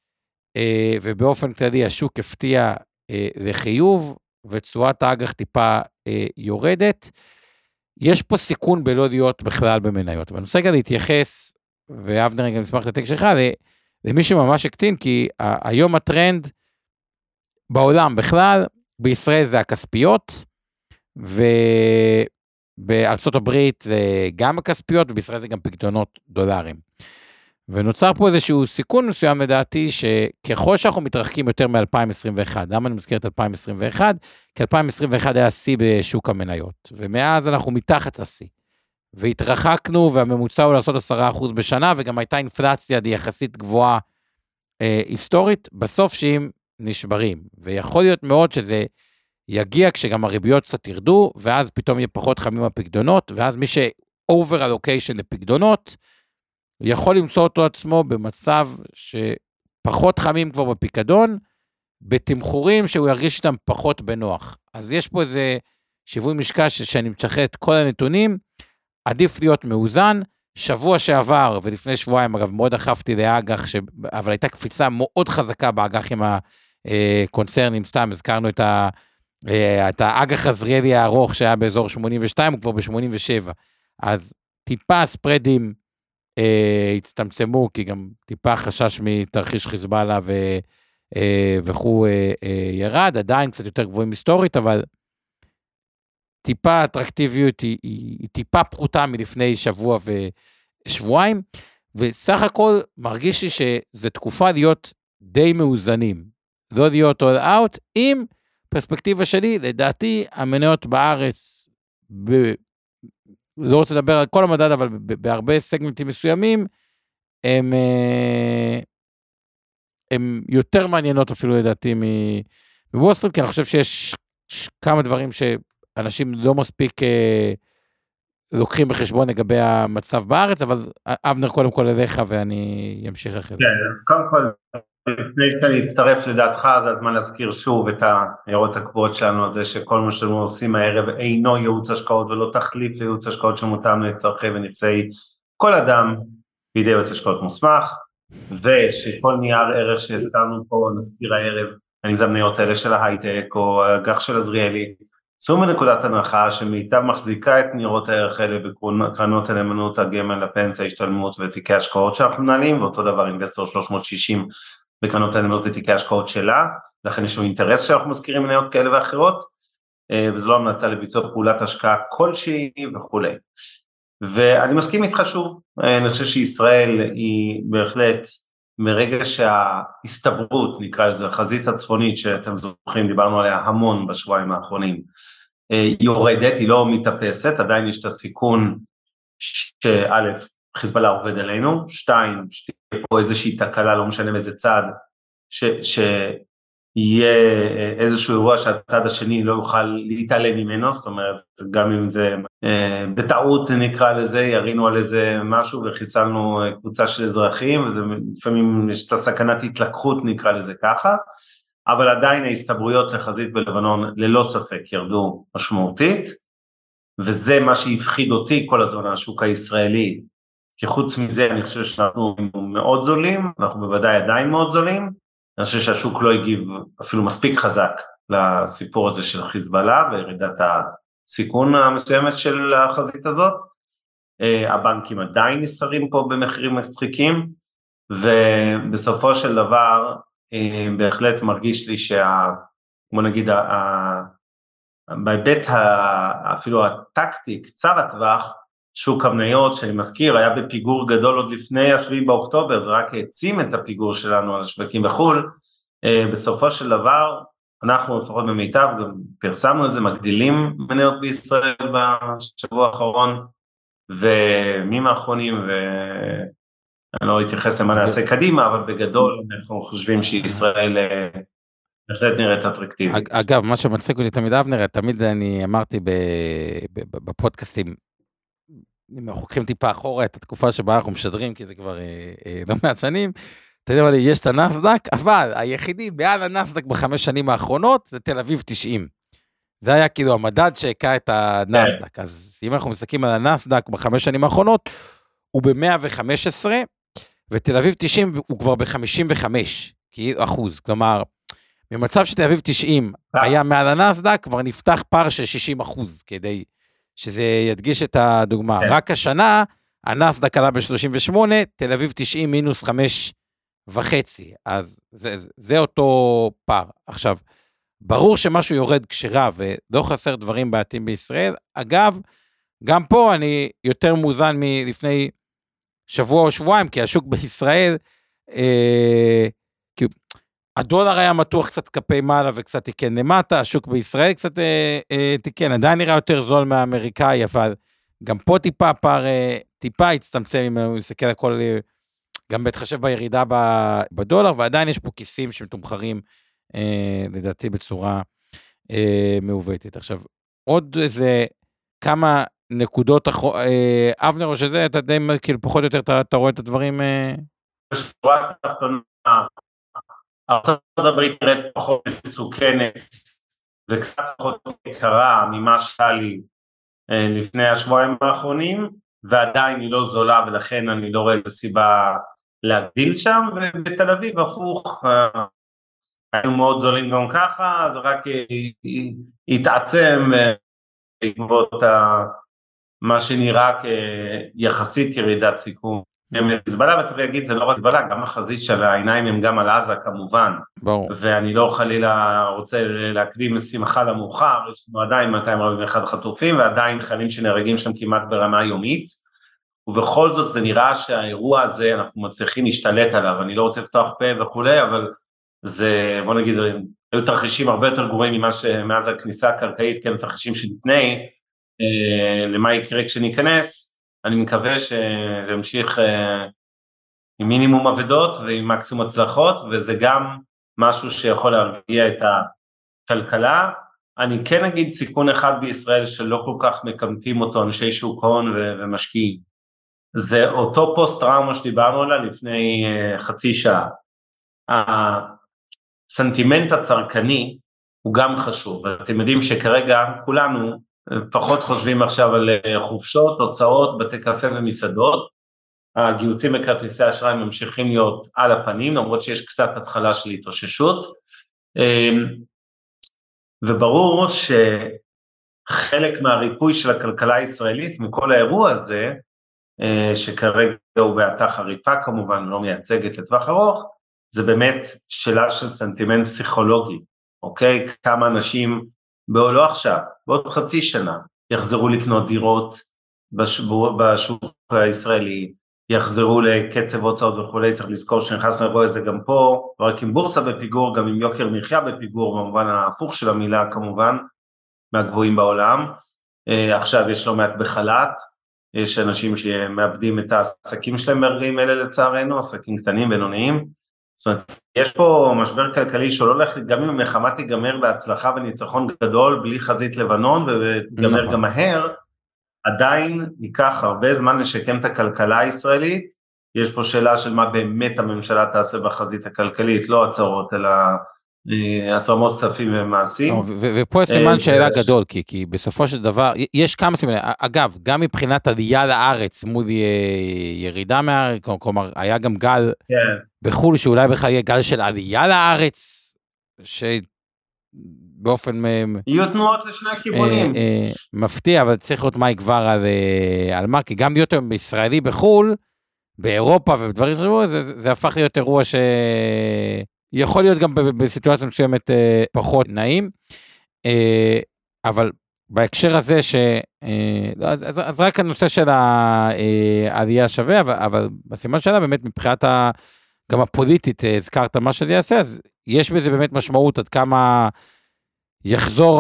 ובאופן כללי השוק הפתיע לחיוב, ותשואת האג"ח טיפה יורדת. יש פה סיכון בלא להיות בכלל במניות, ואני רוצה גם להתייחס, ואבנר גם נשמח לתק שלך, למי שממש הקטין, כי היום הטרנד בעולם בכלל, בישראל זה הכספיות, ובארצות הברית זה גם הכספיות, ובישראל זה גם פקדונות דולרים. ונוצר פה איזשהו סיכון מסוים לדעתי, שככל שאנחנו מתרחקים יותר מ-אלפיים עשרים ואחת, למה אני מזכיר את אלפיים עשרים ואחת? כי אלפיים עשרים ואחת היה שיא בשוק המניות, ומאז אנחנו מתחת לשיא, והתרחקנו, והממוצע הוא לעשות עשרה אחוז בשנה, וגם הייתה אינפלציה די יחסית גבוהה אה, היסטורית, בסוף שהם נשברים, ויכול להיות מאוד שזה יגיע כשגם הריביות קצת ירדו, ואז פתאום יהיה פחות חמים הפקדונות, ואז מי ש-over allocation לפקדונות, יכול למצוא אותו עצמו במצב שפחות חמים כבר בפיקדון, בתמחורים שהוא ירגיש איתם פחות בנוח. אז יש פה איזה שיווי משקל שאני משחרר את כל הנתונים, עדיף להיות מאוזן. שבוע שעבר ולפני שבועיים, אגב, מאוד דחפתי לאג"ח, ש... אבל הייתה קפיצה מאוד חזקה באג"ח עם הקונצרנים, סתם הזכרנו את, ה... את האג"ח עזריאלי הארוך שהיה באזור שמונים ושתיים, הוא כבר ב-שמונים ושבע. אז טיפה ספרדים, Uh, הצטמצמו, כי גם טיפה חשש מתרחיש חיזבאללה ו, uh, וכו' uh, uh, ירד, עדיין קצת יותר גבוהים היסטורית, אבל טיפה אטרקטיביות היא, היא, היא טיפה פחותה מלפני שבוע ושבועיים, וסך הכל מרגיש לי שזו תקופה להיות די מאוזנים, לא להיות all out, עם פרספקטיבה שלי, לדעתי המניות בארץ לא רוצה לדבר על כל המדד, אבל בהרבה סגמנטים מסוימים, הם, הם יותר מעניינות אפילו לדעתי מוול סטריט, כי אני חושב שיש כמה דברים שאנשים לא מספיק לוקחים בחשבון לגבי המצב בארץ, אבל אבנר קודם כל אליך ואני אמשיך אחרי זה. כן, אז קודם כל, לפני שאני אצטרף לדעתך, זה הזמן להזכיר שוב את הערות הקבועות שלנו, על זה שכל מה שאנחנו עושים הערב אינו ייעוץ השקעות ולא תחליף לייעוץ השקעות שמותאם לצרכי ונכסי כל אדם בידי ייעוץ השקעות מוסמך, ושכל נייר ערך שהזכרנו פה נזכיר הערב, האם זה המניות האלה של ההייטק או הגח של עזריאלי, צאו מנקודת הנחה שמיטב מחזיקה את ניירות הערך האלה בקרנות הנאמנות, הגמל, הפנסיה, השתלמות ותיקי השקעות שאנחנו מנהלים, ואותו דבר אינבסטור שלוש מאות שישים בקרנות הנאמנות ותיקי השקעות שלה, לכן יש לו אינטרס שאנחנו מזכירים מניות כאלה ואחרות, וזו לא המלצה לביצוע פעולת השקעה כלשהי וכו'. ואני מסכים איתך שוב, אני חושב שישראל היא בהחלט, מרגע שההסתברות, נקרא לזה, החזית הצפונית שאתם זוכרים, דיברנו עליה המון בשבועיים האחרונים, היא יורדת, היא לא מתאפסת, עדיין יש את הסיכון שא', חיזבאללה עובד עלינו, שתיים, שתהיה פה איזושהי תקלה, לא משנה מאיזה צד, שיהיה איזשהו אירוע שהצד השני לא יוכל להתעלם ממנו, זאת אומרת, גם אם זה בטעות נקרא לזה, ירינו על איזה משהו וחיסלנו קבוצה של אזרחים, וזה לפעמים יש את הסכנת התלקחות נקרא לזה ככה, אבל עדיין ההסתברויות לחזית בלבנון ללא ספק ירדו משמעותית, וזה מה שהפחיד אותי כל הזמן על השוק הישראלי, כי חוץ מזה אני חושב שאנחנו מאוד זולים, אנחנו בוודאי עדיין מאוד זולים, אני חושב שהשוק לא הגיב אפילו מספיק חזק לסיפור הזה של חיזבאללה, וירידת הסיכון המסוימת של החזית הזאת, הבנקים עדיין נסחרים פה במחירים מצחיקים, ובסופו של דבר, בהחלט מרגיש לי שה, בוא נגיד, בהיבט אפילו הטקטי, קצר הטווח, שוק המניות שאני מזכיר, היה בפיגור גדול עוד לפני השביעי באוקטובר, זה רק העצים את הפיגור שלנו על השווקים בחול, בסופו של דבר, אנחנו לפחות במיטב, גם פרסמנו את זה, מגדילים מניות בישראל בשבוע האחרון, ומים האחרונים, ואני לא אתייחס למה נעשה קדימה, אבל בגדול אנחנו חושבים שישראל בהחלט נראית אטרקטיבית. אגב, מה שמצחיק אותי תמיד אבנר, תמיד אני אמרתי בפודקאסטים, אנחנו לוקחים טיפה אחורה את התקופה שבה אנחנו משדרים, כי זה כבר לא מעט שנים, אתה יודע, יש את הנסדק, אבל היחידי בעל הנסדק בחמש שנים האחרונות, זה תל אביב תשעים. זה היה כאילו המדד שהקע את הנסדק, אז אם אנחנו מסתכלים על הנסדק בחמש שנים האחרונות, הוא ב-מאה וחמש עשרה, ותל אביב תשעים הוא כבר ב-חמישים וחמש אחוז, כלומר, במצב שתל אביב תשעים היה מעל הנסדק, כבר נפתח פער של שישים אחוז, כדי שזה ידגיש את הדוגמה. רק השנה, הנסדק עלה ב-שלושים ושמונה, תל אביב תשעים מינוס חמש וחצי, אז זה, זה אותו פער. עכשיו, ברור שמשהו יורד כשרע, ולא חסר דברים בעתים בישראל. אגב, גם פה אני יותר מוזן מלפני שבוע או שבועיים, כי השוק בישראל, אה, כי הדולר היה מתוח קצת כפי מעלה וקצת תיקן למטה, השוק בישראל קצת אה, אה, תיקן, עדיין נראה יותר זול מהאמריקאי, אבל גם פה טיפה פער, אה, טיפה הצטמצם, אם הוא יסתכל הכל, אה, גם בהתחשב בירידה בדולר, ועדיין יש פה כיסים שמתומחרים, אה, לדעתי בצורה אה, מעוותת. עכשיו, עוד איזה כמה נקודות, אה, אבנר, או שזה, אתה די, כאילו פחות או יותר, אתה, אתה רואה את הדברים? אה... בשורה התחתונה, ארצות הברית נראית פחות מסוכנת, וקצת פחות יקרה ממה שהיה לי אה, לפני השבועיים האחרונים, ועדיין היא לא זולה, ולכן אני לא רואה את הסיבה להגדיל שם, ובתל אביב הפוך, אה, היינו מאוד זולים גם ככה, אז רק יתעצם בעקבות מה שנראה כיחסית ירידת סיכון. חיזבאללה, וצריך להגיד, זה לא רק חיזבאללה, גם החזית של העיניים הם גם על עזה כמובן, ברור. ואני לא חלילה רוצה להקדים לשמחה למאוחר, יש לנו עדיין מאתיים ארבעים ואחד חטופים, ועדיין חיילים שנהרגים שם כמעט ברמה יומית, ובכל זאת זה נראה שהאירוע הזה אנחנו מצליחים להשתלט עליו, אני לא רוצה לפתוח פה וכולי, אבל זה, בוא נגיד, היו תרחישים הרבה יותר גרועים ממה שמאז הכניסה הקרקעית, כן, תרחישים שלפני, למה יקרה כשניכנס, אני מקווה שזה ימשיך עם מינימום עבדות ועם מקסימום הצלחות, וזה גם משהו שיכול להרגיע את הכלכלה. אני כן אגיד סיכון אחד בישראל שלא כל כך מקמתים אותו אנשי שוק הון ומשקיעים. זה אותו פוסט טראומה שדיברנו עליה לפני חצי שעה. הסנטימנט הצרכני הוא גם חשוב, ואתם יודעים שכרגע כולנו פחות חושבים עכשיו על חופשות, הוצאות, בתי קפה ומסעדות, הגיוצים בכרטיסי אשראי ממשיכים להיות על הפנים, למרות שיש קצת התחלה של התאוששות, וברור שחלק מהריפוי של הכלכלה הישראלית מכל האירוע הזה, שכרגע הוא בעתה חריפה כמובן, לא מייצגת לטווח ארוך, זה באמת שאלה של סנטימנט פסיכולוגי, אוקיי? כמה אנשים, לא עכשיו, בעוד חצי שנה, יחזרו לקנות דירות בשוק הישראלי, יחזרו לקצב הוצאות וכולי, צריך לזכור שנכנסנו לראות את זה גם פה, לא רק עם בורסה בפיגור, גם עם יוקר מחיה בפיגור, במובן ההפוך של המילה כמובן, מהגבוהים בעולם, עכשיו יש לא מעט בחל"ת, יש אנשים שמאבדים את העסקים שלהם ברגעים אלה לצערנו, עסקים קטנים, בינוניים, זאת אומרת, יש פה משבר כלכלי שלא הולך, גם אם המלחמה תיגמר בהצלחה וניצחון גדול, בלי חזית לבנון, ותיגמר נכון. גם מהר, עדיין ייקח הרבה זמן לשקם את הכלכלה הישראלית, יש פה שאלה של מה באמת הממשלה תעשה בחזית הכלכלית, לא הצהרות, אלא הסרמות כספים ומעשים. ופה סימן שאלה גדול, כי בסופו של דבר, יש כמה סימנים, אגב, גם מבחינת עלייה לארץ, מול ירידה מהארץ, כלומר, היה גם גל בחול, שאולי בכלל יהיה גל של עלייה לארץ, שבאופן... יהיו תנועות לשני הכיוונים. מפתיע, אבל צריך לראות מה יגבר על מה, כי גם להיות ישראלי בחול, באירופה ובדברים אחרים, זה הפך להיות אירוע ש... יכול להיות גם בסיטואציה מסוימת פחות נעים, אבל בהקשר הזה, ש... אז, אז רק הנושא של העלייה שווה, אבל, אבל בסימן שלה באמת מבחינת ה... גם הפוליטית, הזכרת מה שזה יעשה, אז יש בזה באמת משמעות עד כמה יחזור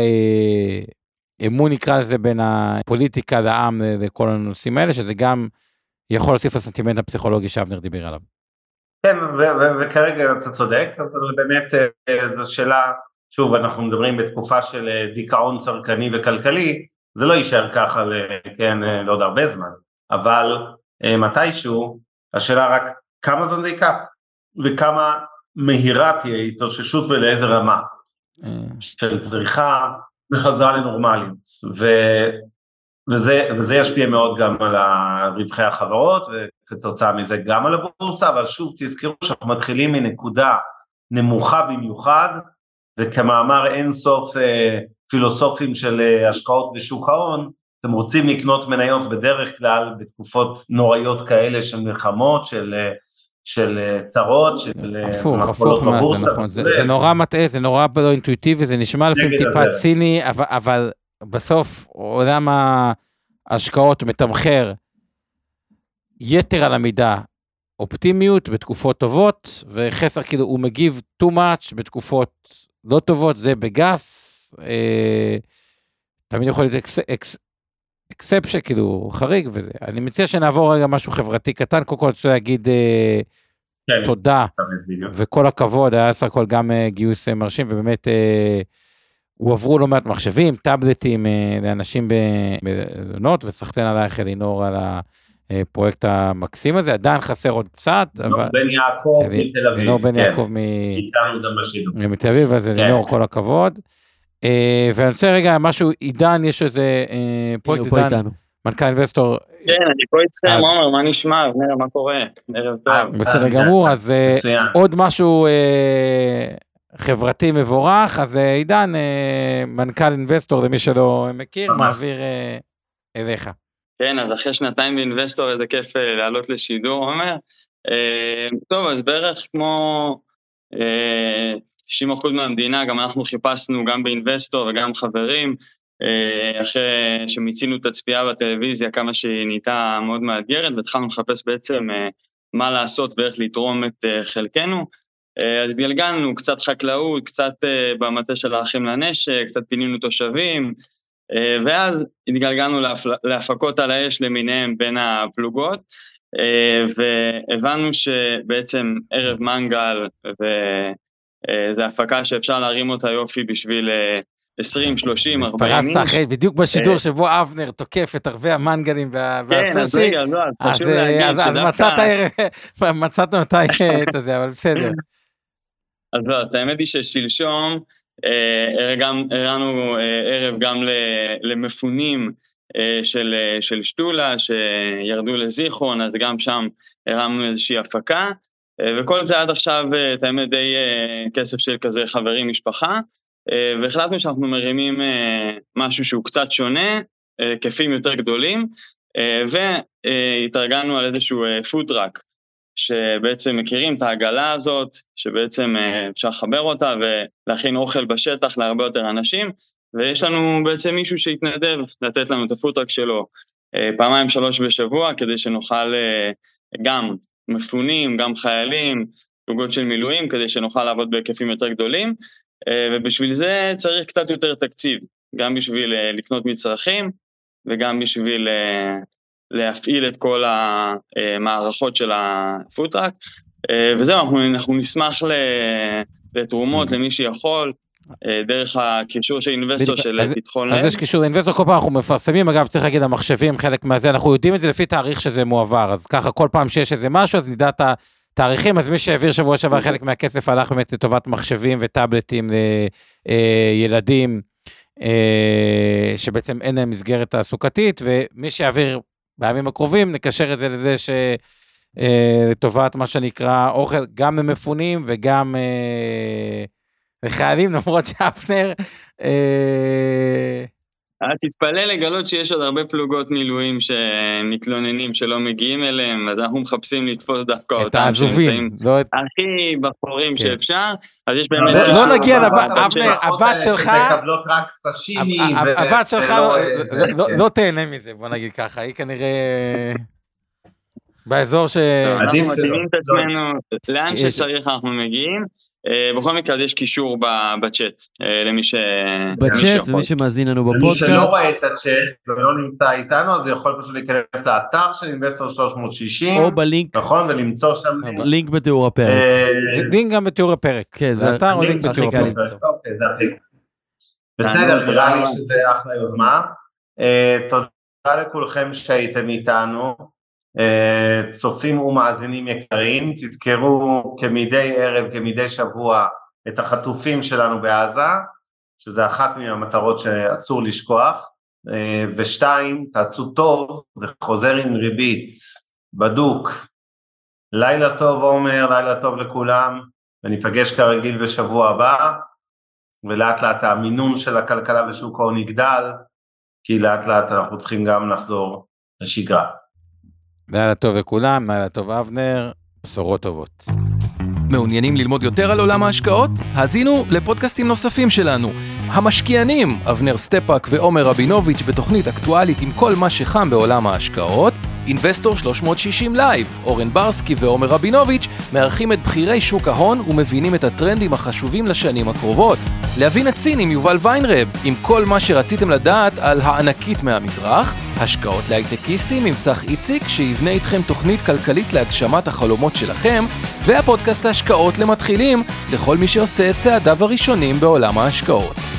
האמון, נקרא לזה, בין הפוליטיקה לעם וכל הנושאים האלה, שזה גם יכול להוסיף הסנטימנט הפסיכולוגי שאבנר דיבר עליו. כן, וכרגע אתה צודק, אבל באמת זו שאלה, שוב, אנחנו מדברים בתקופה של דיכאון צרכני וכלכלי, זה לא יישאר ככה, כן, לא עוד הרבה זמן, אבל מתישהו, השאלה רק כמה זמן זה ייקח, וכמה מהירה תהיה התאוששות ולאיזה רמה, של צריכה וחזרה לנורמליות, ו... וזה, וזה ישפיע מאוד גם על רווחי החברות, וכתוצאה מזה גם על הבורסה, אבל שוב תזכרו שאנחנו מתחילים מנקודה נמוכה במיוחד, וכמאמר אין סוף אה, פילוסופים של אה, השקעות ושוק ההון, אתם רוצים לקנות מניות בדרך כלל, בתקופות נוראיות כאלה של מלחמות, של, אה, של אה, צרות, של הפוך, הפוך מה זה נכון, זה, זה, זה נורא מטעה, זה נורא לא אינטואיטיבי, זה נשמע לפעמים טיפה ציני, אבל... אבל... בסוף עולם ההשקעות מתמחר יתר על המידה אופטימיות בתקופות טובות, וחסר כאילו הוא מגיב too much בתקופות לא טובות, זה בגס, אה, תמיד יכול להיות אקספשן, כאילו חריג וזה. אני מציע שנעבור רגע משהו חברתי קטן, קודם כל אני רוצה להגיד אה, כן, תודה, וכל הכבוד, היה סך הכל גם אה, גיוס אה, מרשים, ובאמת... אה, הועברו לא מעט מחשבים, טאבלטים לאנשים בלונות, וסחטן עלייך אלינור על הפרויקט המקסים הזה, עדיין חסר עוד קצת. אלינור בן יעקב מתל אביב. אלינור בן יעקב מתל אביב, אז אלינור כל הכבוד. ואני רוצה רגע משהו, עידן, יש איזה פרויקט עידן, מנכ"ל אינבסטור. כן, אני פה איתכם, עומר, מה נשמע? מה קורה? ערב טוב. בסדר גמור, אז עוד משהו... חברתי מבורך, אז עידן, מנכ"ל אינבסטור, למי שלא מכיר, מעביר אליך. כן, אז אחרי שנתיים באינבסטור, איזה כיף לעלות לשידור, אומר. טוב, אז בערך כמו תשעים אחוז מהמדינה, גם אנחנו חיפשנו גם באינבסטור וגם חברים, אחרי שמיצינו את הצפייה בטלוויזיה, כמה שהיא נהייתה מאוד מאתגרת, והתחלנו לחפש בעצם מה לעשות ואיך לתרום את חלקנו, אז גלגלנו קצת חקלאות, קצת במטה של האחים לנשק, קצת פינינו תושבים, ואז התגלגלנו להפקות על האש למיניהם בין הפלוגות, והבנו שבעצם ערב מנגל, וזו הפקה שאפשר להרים אותה יופי בשביל עשרים, שלושים, ארבעים איש. פרצת אחרי, בדיוק בשידור שבו אבנר תוקף את הרבה המנגלים והסושי. כן, אז רגע, לא, אז חשוב להגיד שדווקא... אז מצאת מתי את זה, אבל בסדר. אז לא, אז האמת היא ששלשום, הראינו ערב גם למפונים של, של שטולה, שירדו לזיכרון, אז גם שם הרמנו איזושהי הפקה, וכל זה עד עכשיו, את האמת די כסף של כזה חברים, משפחה, והחלטנו שאנחנו מרימים משהו שהוא קצת שונה, כיפים יותר גדולים, והתארגנו על איזשהו פוטראק, שבעצם מכירים את העגלה הזאת, שבעצם אפשר לחבר אותה ולהכין אוכל בשטח להרבה יותר אנשים, ויש לנו בעצם מישהו שהתנדב לתת לנו את הפוטראק שלו פעמיים שלוש בשבוע, כדי שנוכל גם מפונים, גם חיילים, פלוגות של מילואים, כדי שנוכל לעבוד בהיקפים יותר גדולים, ובשביל זה צריך קצת יותר תקציב, גם בשביל לקנות מצרכים, וגם בשביל להפעיל את כל המערכות של הפוטראק, וזהו, אנחנו, אנחנו נשמח לתרומות למי שיכול, דרך הקישור של אינבסטור של פתחון לב. אז יש קישור אינבסטור, כל פעם אנחנו מפרסמים, אגב צריך להגיד המחשבים, חלק מהזה, אנחנו יודעים את זה לפי תאריך שזה מועבר, אז ככה כל פעם שיש איזה משהו, אז נדע את התאריכים, אז מי שהעביר שבוע שעבר חלק מהכסף הלך באמת לטובת מחשבים וטאבלטים לילדים, שבעצם אין להם מסגרת תעסוקתית, ומי שיעביר בימים הקרובים נקשר את זה לזה שלטובת מה שנקרא אוכל, גם למפונים וגם לחיילים, למרות שאפנר... תתפלא לגלות שיש עוד הרבה פלוגות מילואים שמתלוננים שלא מגיעים אליהם, אז אנחנו מחפשים לתפוס דווקא אותם שנמצאים הכי בחורים שאפשר, אז יש באמת... לא נגיע לאפנר, הבת שלך... מקבלות רק סשימי... הבת שלך לא תהנה מזה, בוא נגיד ככה, היא כנראה... באזור ש... אנחנו מתאימים את עצמנו, לאן שצריך אנחנו מגיעים, בכל מקרה יש קישור בצ'אט, למי ש... בצ'אט, ומי שמאזין לנו בפודקאסט. מי שלא רואה את הצ'אט ולא נמצא איתנו, אז יכול פשוט להיכנס לאתר של אינבסטור שלוש מאות שישים, או בלינק, נכון, ולמצוא שם... לינק בתיאור הפרק. לינק גם בתיאור הפרק. כן, זה אתר או לינק בתיאור הפרק. אוקיי, זה הכי. בסדר, נראה לי שזה אחלה יוזמה. תודה לכולכם שהייתם איתנו. צופים ומאזינים יקרים, תזכרו כמדי ערב, כמדי שבוע, את החטופים שלנו בעזה, שזה אחת מהמטרות שאסור לשכוח, ושתיים, תעשו טוב, זה חוזר עם ריבית, בדוק. לילה טוב עומר, לילה טוב לכולם, וניפגש כרגיל בשבוע הבא, ולאט לאט המינון של הכלכלה ושוק ההון יגדל, כי לאט לאט אנחנו צריכים גם לחזור לשגרה. לילה טוב לכולם, לילה טוב אבנר, בשורות טובות. מעוניינים ללמוד יותר על עולם ההשקעות? האזינו לפודקאסטים נוספים שלנו. המשקיענים, אבנר סטפאק ועומר רבינוביץ' בתוכנית אקטואלית עם כל מה שחם בעולם ההשקעות. אינבסטור שלוש מאות שישים לייב, אורן ברסקי ועומר רבינוביץ' מארחים את בחירי שוק ההון ומבינים את הטרנדים החשובים לשנים הקרובות. להבין את סין עם יובל ויינרב, עם כל מה שרציתם לדעת על הענקית מהמזרח. השקעות להייטקיסטים עם צח איציק, שיבנה איתכם תוכנית כלכלית להגשמת החלומות שלכם, והפודקאסט ההשקעות למתחילים, לכל מי שעושה את צעדיו הראשונים בעולם ההשקעות.